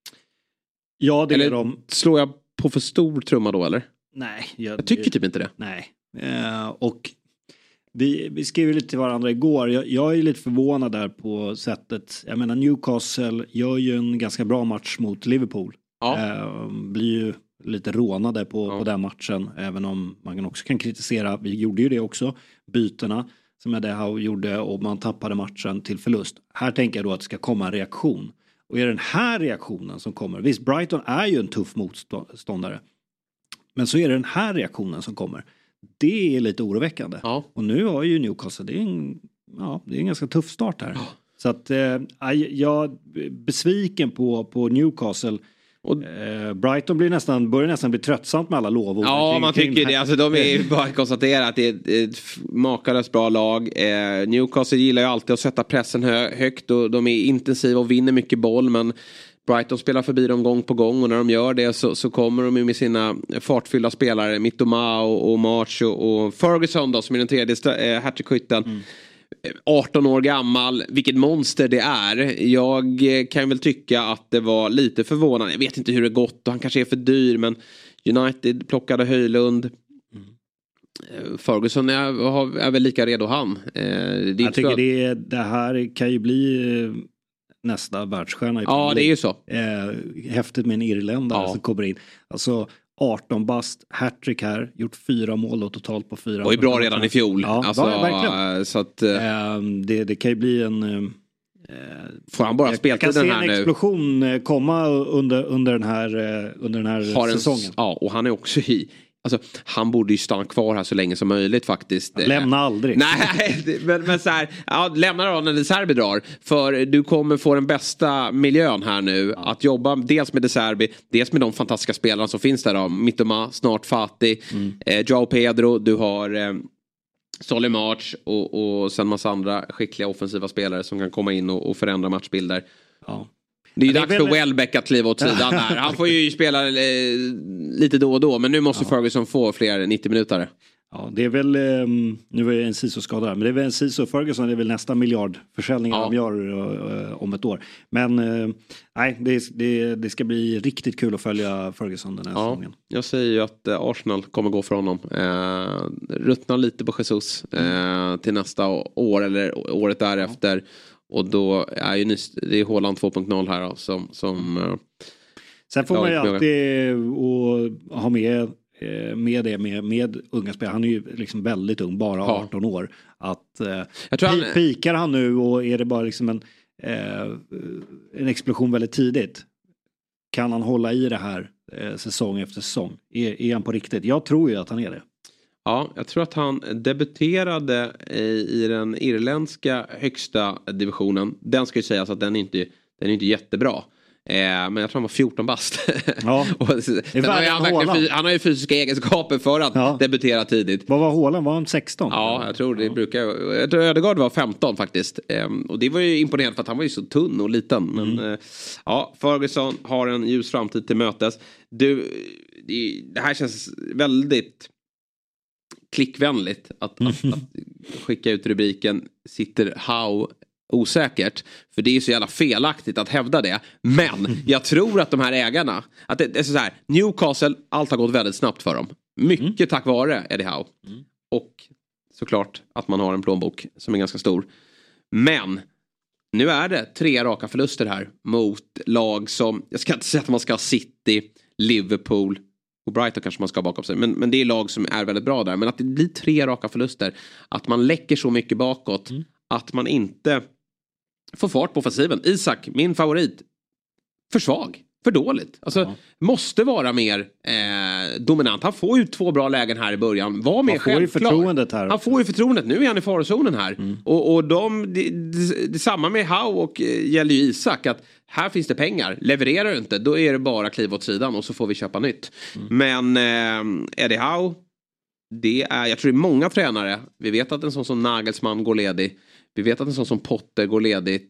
Speaker 3: Ja, det
Speaker 2: eller
Speaker 3: är de.
Speaker 2: Slår jag på för stor trumma då, eller?
Speaker 3: Nej.
Speaker 2: Jag tycker typ inte det.
Speaker 3: Nej. Och vi skrev lite till varandra igår. Jag är lite förvånad där på sättet. Jag menar, Newcastle gör ju en ganska bra match mot Liverpool. Ja. Blir ju lite rånade på den matchen. Även om man också kan kritisera. Vi gjorde ju det också. Byterna som Eddie Howe gjorde och man tappade matchen till förlust. Här tänker jag då att det ska komma en reaktion. Och är den här reaktionen som kommer. Visst, Brighton är ju en tuff motståndare. Men så är det den här reaktionen som kommer. Det är lite oroväckande. Ja. Och nu har ju Newcastle, det är en ganska tuff start här. Ja. Så att jag är besviken på Newcastle. Och Brighton börjar nästan bli tröttsamt med alla lovord.
Speaker 2: Ja, man tycker det. Alltså, de är bara att konstatera att det är ett makalöst bra lag. Newcastle gillar ju alltid att sätta pressen högt och de är intensiva och vinner mycket boll, men Brighton spelar förbi dem gång på gång och när de gör det så kommer de med sina fartfyllda spelare Mittoma och March och Ferguson då, som är den tredje hattrickskytten. 18 år gammal, vilket monster det är. Jag kan väl tycka att det var lite förvånande. Jag vet inte hur det gått och han kanske är för dyr, men United plockade Höjlund. Ferguson är väl lika redo han.
Speaker 3: Jag tycker det här kan ju bli nästa världsstjärna i
Speaker 2: ja, det är ju så.
Speaker 3: Häftigt med en irländare som kommer in. Alltså 18 bast, hattrick här, gjort 4 mål då, totalt på 4.
Speaker 2: Och är bra redan i fjol.
Speaker 3: Ja,
Speaker 2: alltså,
Speaker 3: verkligen.
Speaker 2: Så att,
Speaker 3: det kan ju bli en...
Speaker 2: får han bara spela den här nu? Jag kan
Speaker 3: se en explosion komma under den här säsongen.
Speaker 2: Ja, och han är också alltså, han borde ju stanna kvar här så länge som möjligt faktiskt.
Speaker 3: Lämna aldrig.
Speaker 2: Nej, men så här, lämna då när De Zerbi drar. För du kommer få den bästa miljön här nu. Att jobba dels med De Zerbi, dels med de fantastiska spelarna som finns där då. Mittoma, snart Fati, Joao Pedro, du har Solly March och sen massa andra skickliga offensiva spelare som kan komma in och förändra matchbilder. Ja. Det är ju dags för Welbeck att kliva åt sidan här. Han får ju spela lite då och då. Men nu måste Ferguson få fler 90 minuter. Ja,
Speaker 3: det är väl... nu är en Ciso skadad där. Men det är väl en Ciso Ferguson. Det är väl nästa miljardförsäljningar de gör om ett år. Men nej, det ska bli riktigt kul att följa Ferguson den här säsongen.
Speaker 2: Jag säger ju att Arsenal kommer gå för honom. Ruttna lite på Jesus till nästa år eller året därefter. Och då är ju det är Haaland 2.0 här då, som
Speaker 3: sen får man ju alltid ha med unga spelare. Han är ju liksom väldigt ung, bara 18 år. Att pikar han nu och är det bara liksom en explosion väldigt tidigt, kan han hålla i det här säsong efter säsong? Är han på riktigt? Jag tror ju att han är det.
Speaker 2: Ja, jag tror att han debuterade i den irländska högsta divisionen. Den ska ju sägas att den är inte jättebra. Men jag tror han var 14 bast. Ja. Han har ju fysiska egenskaper för att debutera tidigt.
Speaker 3: Vad var Haaland? Var han 16?
Speaker 2: Ja, jag tror det brukar... Jag tror Ödegaard var 15 faktiskt. Och det var ju imponerande för att han var ju så tunn och liten. Men Ferguson har en ljus framtid till mötes. Det här känns väldigt klickvänligt att skicka ut rubriken sitter Howe osäkert, för det är så jävla felaktigt att hävda det, men jag tror att de här ägarna, att det är så här, Newcastle, allt har gått väldigt snabbt för dem, mycket tack vare Eddie Howe och såklart att man har en plånbok som är ganska stor, men nu är det 3 raka förluster här mot lag som, jag ska inte säga att man ska ha City, Liverpool och Brighton kanske man ska ha bakom sig. Men det är lag som är väldigt bra där. Men att det blir 3 raka förluster. Att man läcker så mycket bakåt. Att man inte får fart på offensiven. Isak, min favorit. För svag. För dåligt. Alltså, måste vara mer dominant. Han får ju 2 bra lägen här i början. Var mer självklar. Han får ju förtroendet. Nu är han i farozonen här. Och det samma med Howe och gäller ju Isak. Att här finns det pengar. Levererar du inte, då är det bara kliv åt sidan och så får vi köpa nytt. Men Eddie Howe, jag tror det är många tränare. Vi vet att en sån som Nagelsmann går ledig. Vi vet att en sån som Potter går ledigt.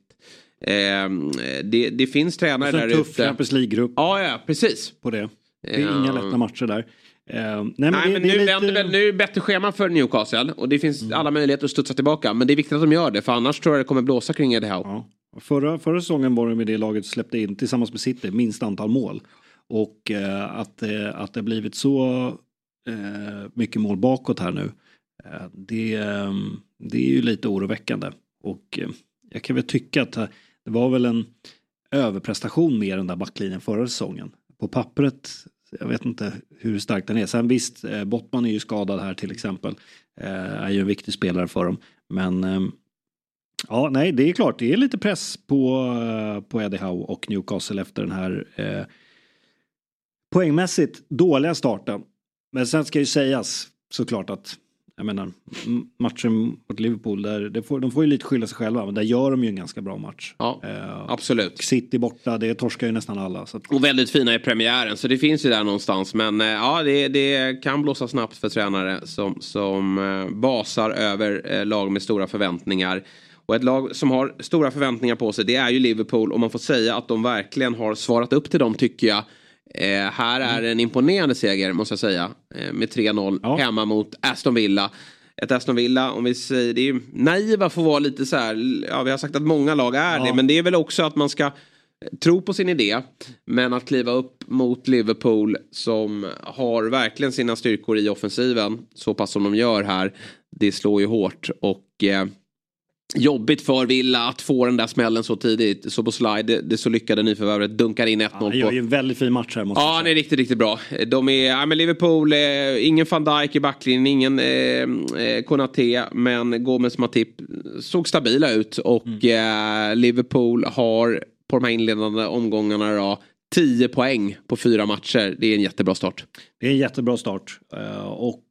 Speaker 2: Det finns tränare där ute.
Speaker 3: En tuff Champions League-grupp.
Speaker 2: Ja, precis.
Speaker 3: På det. Det är inga lätta matcher där.
Speaker 2: Nu är det bättre schema för Newcastle. Och det finns alla möjligheter att studsa tillbaka. Men det är viktigt att de gör det. För annars tror jag det kommer blåsa kring Eddie Howe.
Speaker 3: Ja. Förra säsongen var det med det laget släppte in tillsammans med City minst antal mål. Och att det blivit så mycket mål bakåt här nu. Det är ju lite oroväckande. Och jag kan väl tycka att det var väl en överprestation med den där backlinjen förra säsongen. På pappret, jag vet inte hur stark den är. Sen visst, Bottman är ju skadad här till exempel. Är ju en viktig spelare för dem. Men ja, nej, det är klart. Det är lite press på Eddie Howe och Newcastle efter den här poängmässigt dåliga starten. Men sen ska ju sägas såklart att jag menar, matchen mot Liverpool de får ju lite skylla sig själva, men där gör de ju en ganska bra match.
Speaker 2: Ja, absolut.
Speaker 3: City borta, det torskar ju nästan alla. Så att...
Speaker 2: Och väldigt fina i premiären, så det finns ju där någonstans. Men ja, det kan blåsa snabbt för tränare som basar över lag med stora förväntningar. Och ett lag som har stora förväntningar på sig, det är ju Liverpool. Och man får säga att de verkligen har svarat upp till dem, tycker jag. Här är en imponerande seger, måste jag säga. Med 3-0 hemma mot Aston Villa. Ett Aston Villa, om vi säger, det är ju naiva för att vara lite så här. Ja, vi har sagt att många lag är det. Men det är väl också att man ska tro på sin idé. Men att kliva upp mot Liverpool som har verkligen sina styrkor i offensiven. Så pass som de gör här. Det slår ju hårt. Och jobbigt för Villa att få den där smällen så tidigt. Så på slide, det så lyckade nyförvärvet dunkar in 1-0 på.
Speaker 3: Han gör ju en väldigt fin match här, måste jag säga.
Speaker 2: Han är riktigt, riktigt bra. De är, men Liverpool, ingen Van Dijk i backlinjen, ingen Konaté, men Gomez Matip såg stabila ut. Och Liverpool har på de här inledande omgångarna då 10 poäng på 4 matcher. Det är en jättebra start.
Speaker 3: Det är en jättebra start. Och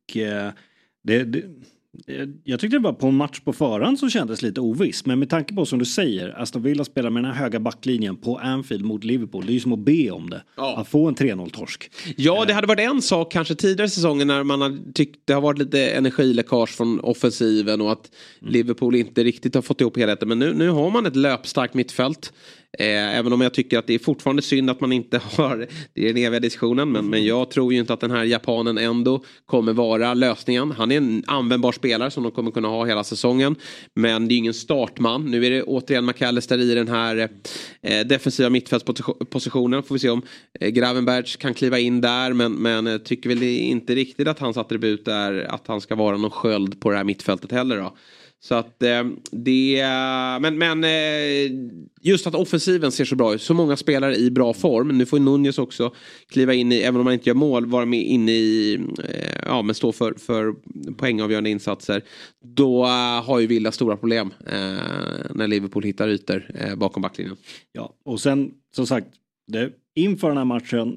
Speaker 3: jag tyckte det var på en match på förhand som kändes lite oviss. Men med tanke på som du säger, Aston Villa spelar med den här höga backlinjen på Anfield mot Liverpool. Det är ju som att be om det. Att få en 3-0-torsk.
Speaker 2: Ja, det hade varit en sak kanske tidigare i säsongen när man har tyckt det har varit lite energiläckage från offensiven och att Liverpool inte riktigt har fått ihop helheten. Men nu har man ett löpstarkt mittfält. Även om jag tycker att det är fortfarande synd att man inte har, det är den eviga diskussionen, men jag tror ju inte att den här japanen ändå kommer vara lösningen. Han är en användbar spelare som de kommer kunna ha hela säsongen, men det är ingen startman. Nu är det återigen McAllister i den här defensiva mittfältspositionen. Får vi se om Gravenberch kan kliva in där, men tycker väl inte riktigt att hans attribut är att han ska vara någon sköld på det här mittfältet heller då. Så att det, men just att offensiven ser så bra ut. Så många spelare i bra form. Nu får Nunez också kliva in i, även om man inte gör mål, vara med in i, men stå för poängavgörande insatser. Då har ju Villa stora problem när Liverpool hittar ytor bakom backlinjen. Ja,
Speaker 3: och sen som sagt, inför den här matchen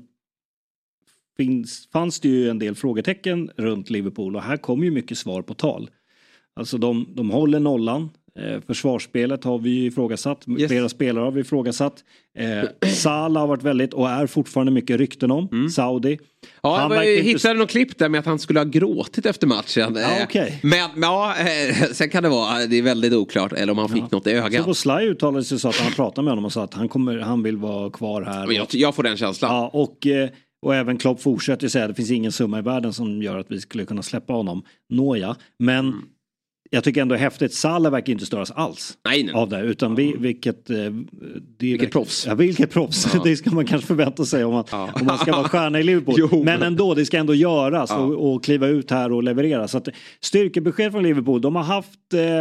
Speaker 3: fanns det ju en del frågetecken runt Liverpool och här kommer ju mycket svar på tal. Alltså de håller nollan. Försvarsspelet har vi ifrågasatt. Yes. Flera spelare har vi ifrågasatt. Salah har varit väldigt och är fortfarande mycket rykten om. Saudi.
Speaker 2: Ja, jag hittade någon klipp där med att han skulle ha gråtit efter matchen.
Speaker 3: Ja, okay.
Speaker 2: Men sen kan det vara, det är väldigt oklart. Eller om han fick något i ögat.
Speaker 3: Så på Sly uttalade sig så att han pratade med honom och sa att han vill vara kvar här.
Speaker 2: Men jag får den känslan.
Speaker 3: Ja, och även Klopp fortsätter säga att det finns ingen summa i världen som gör att vi skulle kunna släppa honom. Nåja, men jag tycker ändå häftigt. Salah verkar inte störas alls av det. Utan vilket
Speaker 2: proffs.
Speaker 3: Ja, vilket proffs. Ja. Det ska man kanske förvänta sig om man ska vara stjärna i Liverpool. Men ändå, det ska ändå göras och kliva ut här och leverera. Så att styrkebesked från Liverpool. De har haft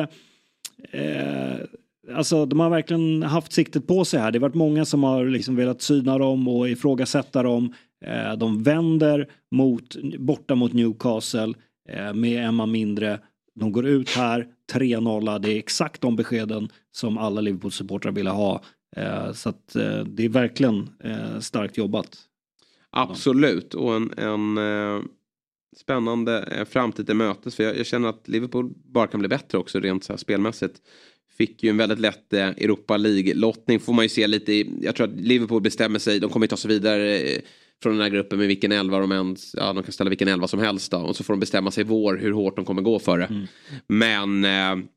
Speaker 3: de har verkligen haft siktet på sig här. Det har varit många som har liksom velat syna dem och ifrågasätta dem. De vänder borta mot Newcastle med en man mindre. De går ut här 3-0. Det är exakt de beskeden som alla Liverpool-supportrar vill ha. Så att det är verkligen starkt jobbat.
Speaker 2: Absolut. Och en spännande framtid till mötes. För jag känner att Liverpool bara kan bli bättre också rent så här spelmässigt. Fick ju en väldigt lätt Europa League-lottning. Får man ju se lite i. Jag tror att Liverpool bestämmer sig. De kommer ta sig vidare från den här gruppen med vilken elva de kan ställa vilken elva som helst då. Och så får de bestämma sig hur hårt de kommer gå för det. Men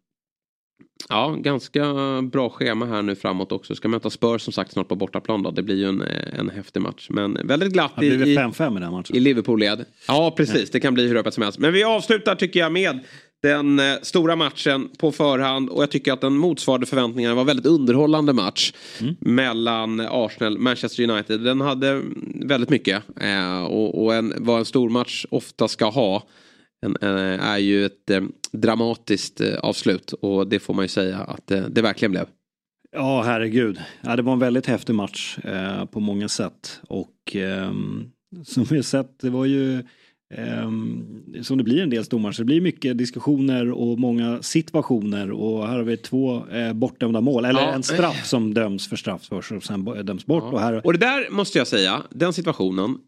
Speaker 2: ganska bra schema här nu framåt också. Ska möta Spurs som sagt snart på bortaplan då. Det blir ju en häftig match. Men väldigt glatt
Speaker 3: i 5-5 i den matchen.
Speaker 2: I Liverpool-led. Ja, precis. Det kan bli hur öppet som helst. Men vi avslutar tycker jag med den stora matchen på förhand. Och jag tycker att den motsvarade förväntningarna. Var väldigt underhållande match mellan Arsenal och Manchester United. Den hade väldigt mycket. Och vad en stor match ofta ska ha är ju ett dramatiskt avslut. Och det får man ju säga att det verkligen blev.
Speaker 3: Ja, herregud. Ja, det var en väldigt häftig match på många sätt. Och som vi har sett, det var ju som det blir en del stormatcher. Det blir mycket diskussioner och många situationer. Och här har vi 2 bortdömda mål. Eller en straff som döms för straff först och sen döms bort.
Speaker 2: Ja. Och det där måste jag säga, den situationen,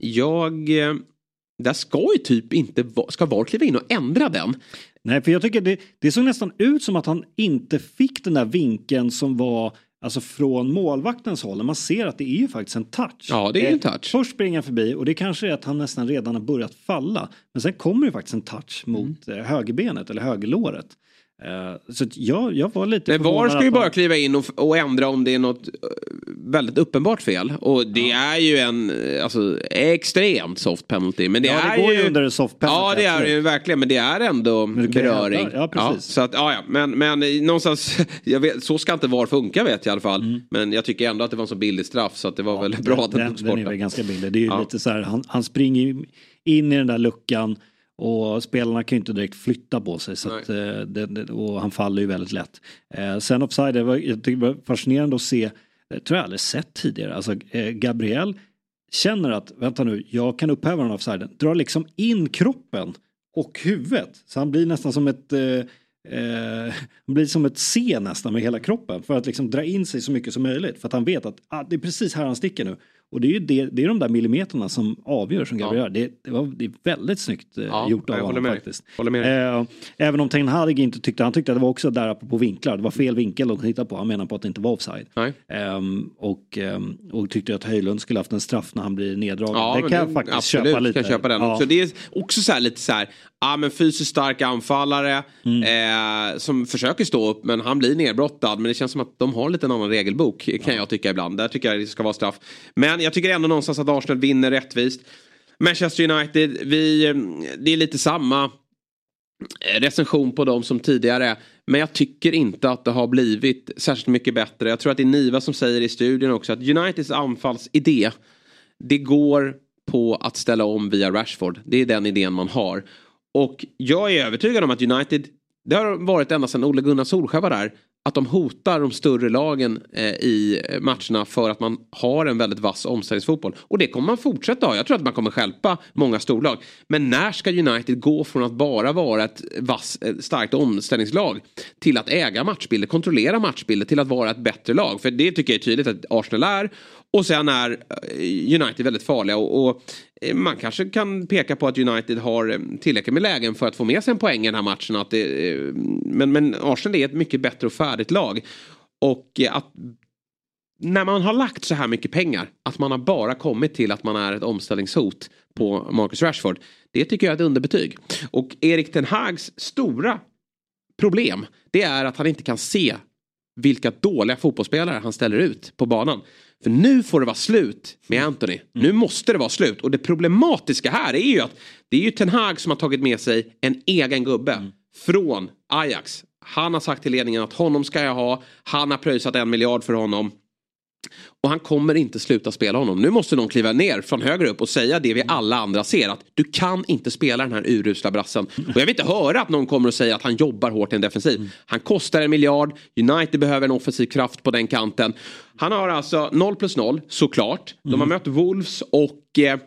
Speaker 2: där ska ju typ inte ska VAR kliva in och ändra den.
Speaker 3: Nej, för jag tycker det såg nästan ut som att han inte fick den där vinkeln som var alltså från målvaktens håll. Man ser att det är ju faktiskt en touch.
Speaker 2: Ja, det är en touch.
Speaker 3: Först springer han förbi och det kanske är att han nästan redan har börjat falla. Men sen kommer det faktiskt en touch mot högerbenet eller högerlåret. Så jag var lite
Speaker 2: men VAR ska ju bara kliva in och ändra om det är något väldigt uppenbart fel. Och det är ju en extremt soft penalty. Men det är
Speaker 3: går
Speaker 2: ju
Speaker 3: under soft penalty.
Speaker 2: Ja, det är det ju verkligen. Men det är ändå beröring.
Speaker 3: Ja, precis.
Speaker 2: Så att, men någonstans, jag vet, så ska inte VAR funka vet jag i alla fall. Men jag tycker ändå att det var en så billig straff så att det var väl bra att den togs bort.
Speaker 3: Den är väl ganska billig. Det är ju lite så här, han springer in i den där luckan. Och spelarna kan ju inte direkt flytta på sig så att, och han faller ju väldigt lätt. Sen offside, jag tycker det var fascinerande att se, det tror jag aldrig sett tidigare. Alltså Gabriel känner att, vänta nu, jag kan upphäva den offsiden. Drar liksom in kroppen och huvudet. Så han blir nästan som ett C nästan med hela kroppen. För att liksom dra in sig så mycket som möjligt. För att han vet att det är precis här han sticker nu. Och det är ju det är de där millimeterna som avgör som Gabriel. Det är väldigt snyggt gjort av honom faktiskt. Även om Ten Hag inte tyckte, han tyckte att det var också där på vinklar. Det var fel vinkel att titta på. Han menar på att det inte var offside. Och tyckte att Höjlund skulle haft en straff när han blir neddragen.
Speaker 2: Ja,
Speaker 3: det kan jag faktiskt
Speaker 2: absolut,
Speaker 3: köpa lite.
Speaker 2: Kan köpa den. Så det är också så här, lite så här, men fysiskt stark anfallare som försöker stå upp men han blir nedbrottad. Men det känns som att de har lite en annan regelbok kan jag tycka ibland. Där tycker jag det ska vara straff. Men jag tycker ändå någonstans att Arsenal vinner rättvist. Manchester United, det är lite samma recension på dem som tidigare. Men jag tycker inte att det har blivit särskilt mycket bättre. Jag tror att det är Niva som säger i studien också att Uniteds anfallsidé, det går på att ställa om via Rashford. Det är den idén man har. Och jag är övertygad om att United, det har varit ända sedan Ole Gunnar Solskjaer var där, att de hotar de större lagen i matcherna för att man har en väldigt vass omställningsfotboll. Och det kommer man fortsätta ha. Jag tror att man kommer stjälpa många storlag. Men när ska United gå från att bara vara ett starkt omställningslag till att äga matchbilder, kontrollera matchbilder, till att vara ett bättre lag? För det tycker jag är tydligt att Arsenal är. Och sen är United väldigt farliga och man kanske kan peka på att United har tillräckligt med lägen för att få med sig en poäng i den här matchen. Att men Arsenal är ett mycket bättre och färdigt lag. Och att när man har lagt så här mycket pengar, att man har bara kommit till att man är ett omställningshot på Marcus Rashford, det tycker jag är ett underbetyg. Och Erik Ten Hags stora problem, det är att han inte kan se vilka dåliga fotbollsspelare han ställer ut på banan. För nu får det vara slut med Anthony. Nu måste det vara slut. Och det problematiska här är ju att det är ju Ten Hag som har tagit med sig en egen gubbe från Ajax. Han har sagt till ledningen att honom ska jag ha. Han har pröjsat 1 miljard för honom. Och han kommer inte sluta spela honom. Nu måste någon kliva ner från högre upp och säga det vi alla andra ser. Att du kan inte spela den här urusla brassen. Och jag vill inte höra att någon kommer att säga att han jobbar hårt i en defensiv. Han kostar 1 miljard. United behöver en offensiv kraft på den kanten. Han har alltså 0+0 såklart. De har mött Wolves och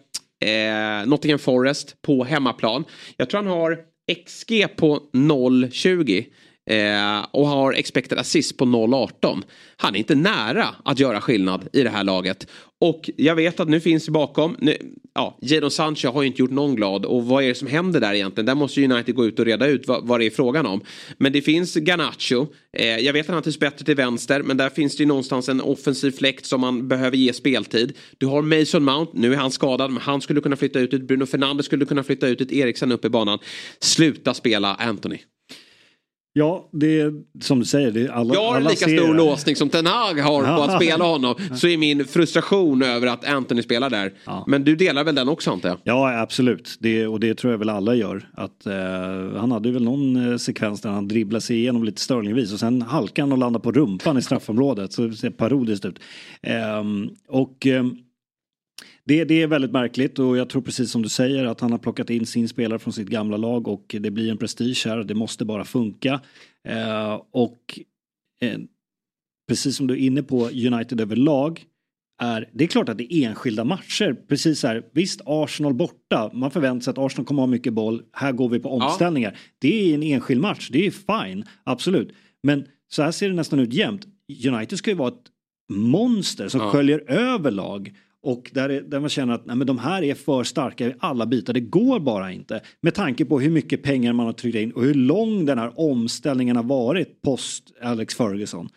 Speaker 2: Nottingham Forest på hemmaplan. Jag tror han har XG på 0,20. Och har expected assist på 0,18. Han är inte nära att göra skillnad i det här laget. Och jag vet att nu finns det bakom. Jadon Sancho har ju inte gjort någon glad. Och vad är det som händer där egentligen? Där måste United gå ut och reda ut vad det är frågan om. Men det finns Garnacho. Jag vet att han tycks bättre till vänster. Men där finns det ju någonstans en offensiv fläkt som man behöver ge speltid. Du har Mason Mount. Nu är han skadad. Men han skulle kunna flytta ut. Bruno Fernandes skulle kunna flytta ut. Eriksen upp i banan. Sluta spela Anthony.
Speaker 3: Ja, det är som du säger. Det är alla,
Speaker 2: jag har en lika stor låsning som Ten Hag har på att spela honom. Så är min frustration över att Anthony spelar där. Ja. Men du delar väl den också, antar jag?
Speaker 3: Ja, absolut. Det tror jag väl alla gör. Att, han hade väl någon sekvens där han dribblade sig igenom lite Sterling-vis. Och sen halkade han och landade på rumpan i straffområdet. Så det ser parodiskt ut. Det är väldigt märkligt och jag tror precis som du säger att han har plockat in sin spelare från sitt gamla lag och det blir en prestige här. Det måste bara funka. Precis som du är inne på United överlag det är klart att det är enskilda matcher. Precis här, visst Arsenal borta. Man förväntar sig att Arsenal kommer ha mycket boll. Här går vi på omställningar. Ja. Det är en enskild match. Det är fine, absolut. Men så här ser det nästan ut jämt. United ska ju vara ett monster som sköljer över lag. Och där man känner att nej, men de här är för starka i alla bitar. Det går bara inte. Med tanke på hur mycket pengar man har tryckt in. Och hur lång den här omställningen har varit post Alex Ferguson.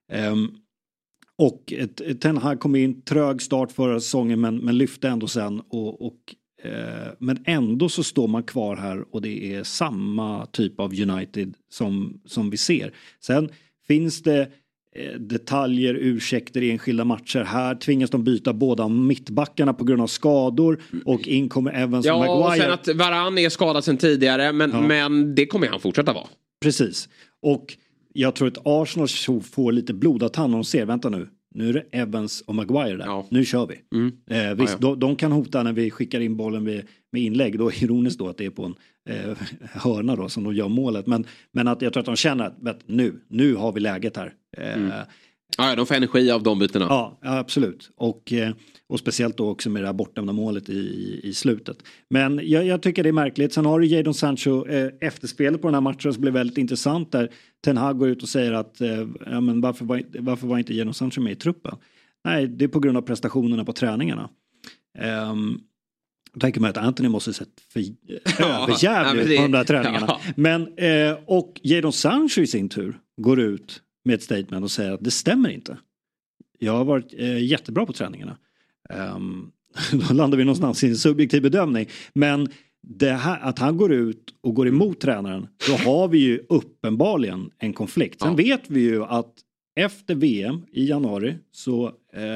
Speaker 3: Och Ten Hag kom in trög start förra säsongen. Men lyfte ändå sen. Och Men ändå så står man kvar här och det är samma typ av United som vi ser. Sen finns det detaljer, ursäkter i enskilda matcher. Här tvingas de byta båda mittbackarna på grund av skador och in kommer Evans och Maguire.
Speaker 2: Ja, och sen att Varane är skadad sen tidigare, men det kommer han fortsätta vara.
Speaker 3: Precis. Och jag tror att Arsenal får lite blodad tand när de ser, vänta nu är det Evans och Maguire där. Ja. Nu kör vi. Visst, de kan hota när vi skickar in bollen med inlägg. Då är ironiskt då att det är på en hörna då som de gör målet. Men att jag tror att de känner att nu har vi läget här.
Speaker 2: Ja, de får energi av de bytena.
Speaker 3: Ja, absolut. Och speciellt då också med det här bortdömda målet i slutet. Men jag tycker det är märkligt. Sen har du Jadon Sancho efterspelet på den här matchen som blev väldigt intressant där Ten Hag går ut och säger att men varför var inte Jadon Sancho med i truppen? Nej, det är på grund av prestationerna på träningarna. Jag tänker mig att Anthony måste sett överjävligt ut på de där träningarna. Ja. Men, och Jadon Sancho i sin tur går ut med ett statement och säger att det stämmer inte. Jag har varit jättebra på träningarna. Då landar vi någonstans i en subjektiv bedömning. Men det här, att han går ut och går emot tränaren, då har vi ju uppenbarligen en konflikt. Sen vet vi ju att efter VM i januari så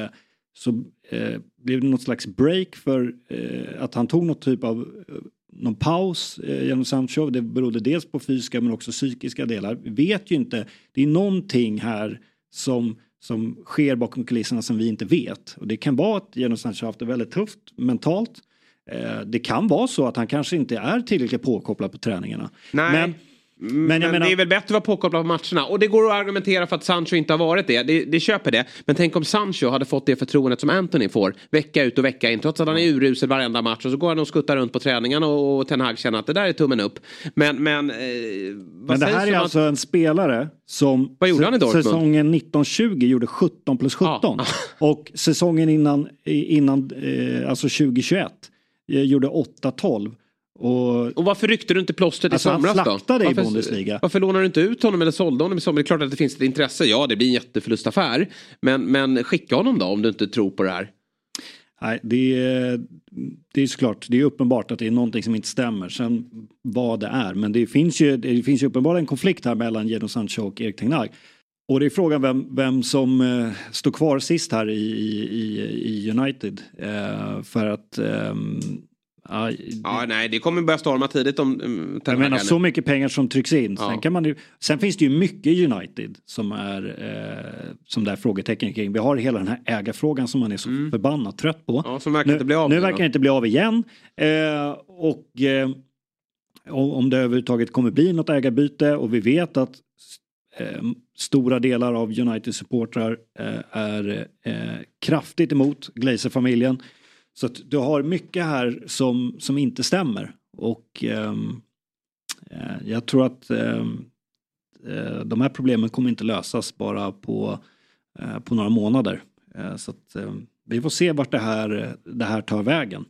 Speaker 3: blev det något slags break för att han tog något typ av någon paus genom Sancho. Det berodde dels på fysiska men också psykiska delar. Vi vet ju inte. Det är någonting här som sker bakom kulisserna som vi inte vet. Och det kan vara att Jadon Sancho har haft det väldigt tufft mentalt. Det kan vara så att han kanske inte är tillräckligt påkopplad på träningarna.
Speaker 2: Nej. Men jag menar, det är väl bättre att vara påkopplad på matcherna. Och det går att argumentera för att Sancho inte har varit det köper det. Men tänk om Sancho hade fått det förtroendet som Anthony får vecka ut och vecka in. Trots att han är urusel varenda match. Och så går han och skuttar runt på träningarna och Ten Hag känner att det där är tummen upp. Men
Speaker 3: det här är alltså en spelare som
Speaker 2: vad gjorde han i Dortmund?
Speaker 3: Säsongen 1920 gjorde 17+17. Och säsongen innan alltså 2021 gjorde 8-12.
Speaker 2: Och varför ryckte du inte plåstret i somras då?
Speaker 3: I Bundesliga.
Speaker 2: Varför lånar du inte ut honom eller sålde honom i sommar? Det är klart att det finns ett intresse. Ja, det blir en jätteförlustaffär. Men skicka honom då om du inte tror på det här.
Speaker 3: Nej, det är såklart. Det är uppenbart att det är någonting som inte stämmer. Sen vad det är. Men det finns ju uppenbart en konflikt här mellan Jadon Sancho och Erik Ten Hag. Och det är frågan vem som står kvar sist här i United. För att...
Speaker 2: nej, det kommer börja storma tidigt om
Speaker 3: jag menar så mycket pengar som trycks in. Sen finns det ju mycket United som är som där frågetecken kring. Vi har hela den här ägarfrågan som man är så förbannat trött på.
Speaker 2: Ja, som verkar inte bli av.
Speaker 3: Nu verkar det inte bli av igen. Och om det överhuvudtaget kommer bli något ägarbyte, och vi vet att stora delar av United-supportrar är kraftigt emot Glazer-familjen. Så att du har mycket här som inte stämmer. Och jag tror att de här problemen kommer inte lösas bara på några månader. Så att vi får se vart det här tar vägen.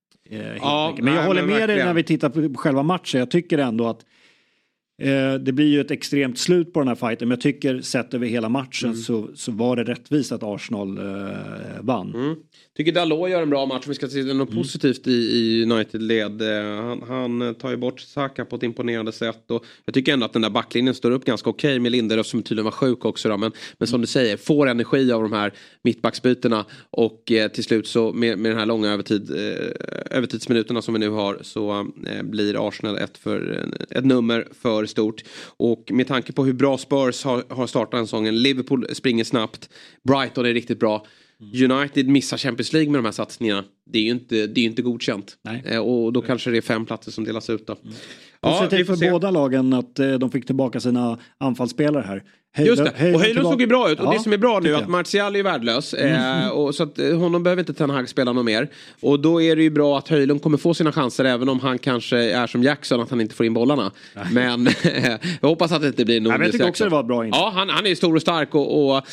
Speaker 3: Men jag håller med dig när vi tittar på själva matchen. Jag tycker ändå att det blir ju ett extremt slut på den här fighten. Men jag tycker sett över hela matchen så var det rättvist att Arsenal vann.
Speaker 2: Tycker Dalot gör en bra match. Vi ska se något positivt i United-led. Han tar ju bort Saka på ett imponerande sätt. Och jag tycker ändå att den där backlinjen står upp ganska okej med Lindelöf som tydligen var sjuk också. Då. Men som du säger, får energi av de här mittbacksbytena. Och till slut så med den här långa övertidsminuterna som vi nu har, så blir Arsenal ett nummer för stort. Och med tanke på hur bra Spurs har startat en säsongen. Liverpool springer snabbt. Brighton är riktigt bra. United missar Champions League med de här satsningarna. Det är ju inte godkänt. Och då kanske det är 5 platser som delas ut då.
Speaker 3: Ja, vi får se. Båda lagen att de fick tillbaka sina anfallsspelare här.
Speaker 2: Just det, och Höjlund såg ju bra ut. Och det som är bra nu är att Martial är värdelös. Och så att honom behöver inte Ten Hag spela något mer. Och då är det ju bra att Höjlund kommer få sina chanser, även om han kanske är som Jackson, att han inte får in bollarna. Men jag hoppas att det inte blir nog.
Speaker 3: Jag tycker också det var bra.
Speaker 2: Ja, han är stor och stark och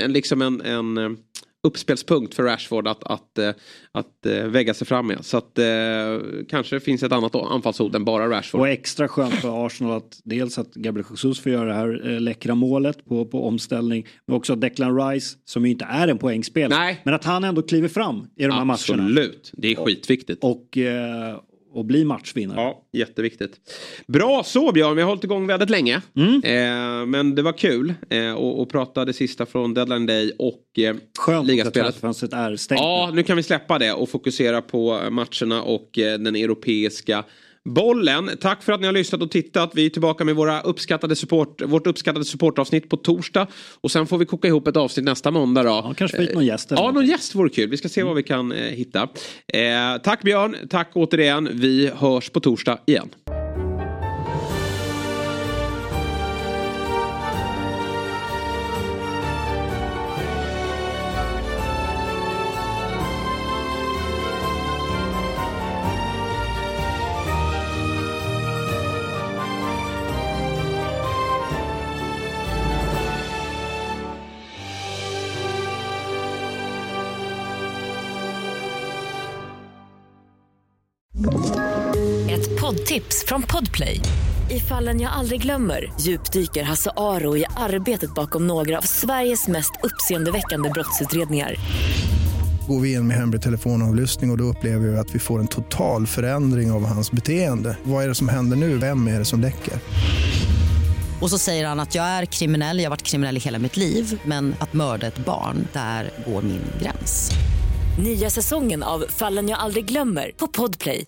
Speaker 2: en uppspelspunkt för Rashford att vägga sig fram med. Så att kanske finns ett annat anfallshot än bara Rashford.
Speaker 3: Och extra skönt för Arsenal att dels att Gabriel Jesus får göra det här läckra målet på omställning, men också att Declan Rice, som ju inte är en poängspelare, men att han ändå kliver fram i de här matcherna.
Speaker 2: Absolut, det är skitviktigt.
Speaker 3: och bli matchvinnare.
Speaker 2: Ja, jätteviktigt. Bra så Björn, vi har hållit igång väldigt länge. Men det var kul att prata det sista från Deadline Day och ligaspelet.
Speaker 3: Skönt att är stängt.
Speaker 2: Ja, nu kan vi släppa det och fokusera på matcherna och den europeiska bollen. Tack för att ni har lyssnat och tittat. Vi är tillbaka med vårt uppskattade supportavsnitt på torsdag. Och sen får vi koka ihop ett avsnitt nästa måndag då.
Speaker 3: Ja, kanske få hit någon gäst.
Speaker 2: Ja, någon gäst vore kul. Vi ska se vad vi kan hitta. Tack Björn, tack återigen. Vi hörs på torsdag igen.
Speaker 7: Ett poddtips från Podplay. I Fallen jag aldrig glömmer djupdyker Hasse Aro i arbetet bakom några av Sveriges mest uppseendeväckande brottsutredningar.
Speaker 5: Går vi in med hemlig telefonavlyssning och då upplever vi att vi får en total förändring av hans beteende. Vad är det som händer nu? Vem är det som läcker?
Speaker 8: Och så säger han att jag är kriminell, jag har varit kriminell i hela mitt liv. Men att mörda ett barn, där går min gräns.
Speaker 7: Nya säsongen av Fallen jag aldrig glömmer på Podplay.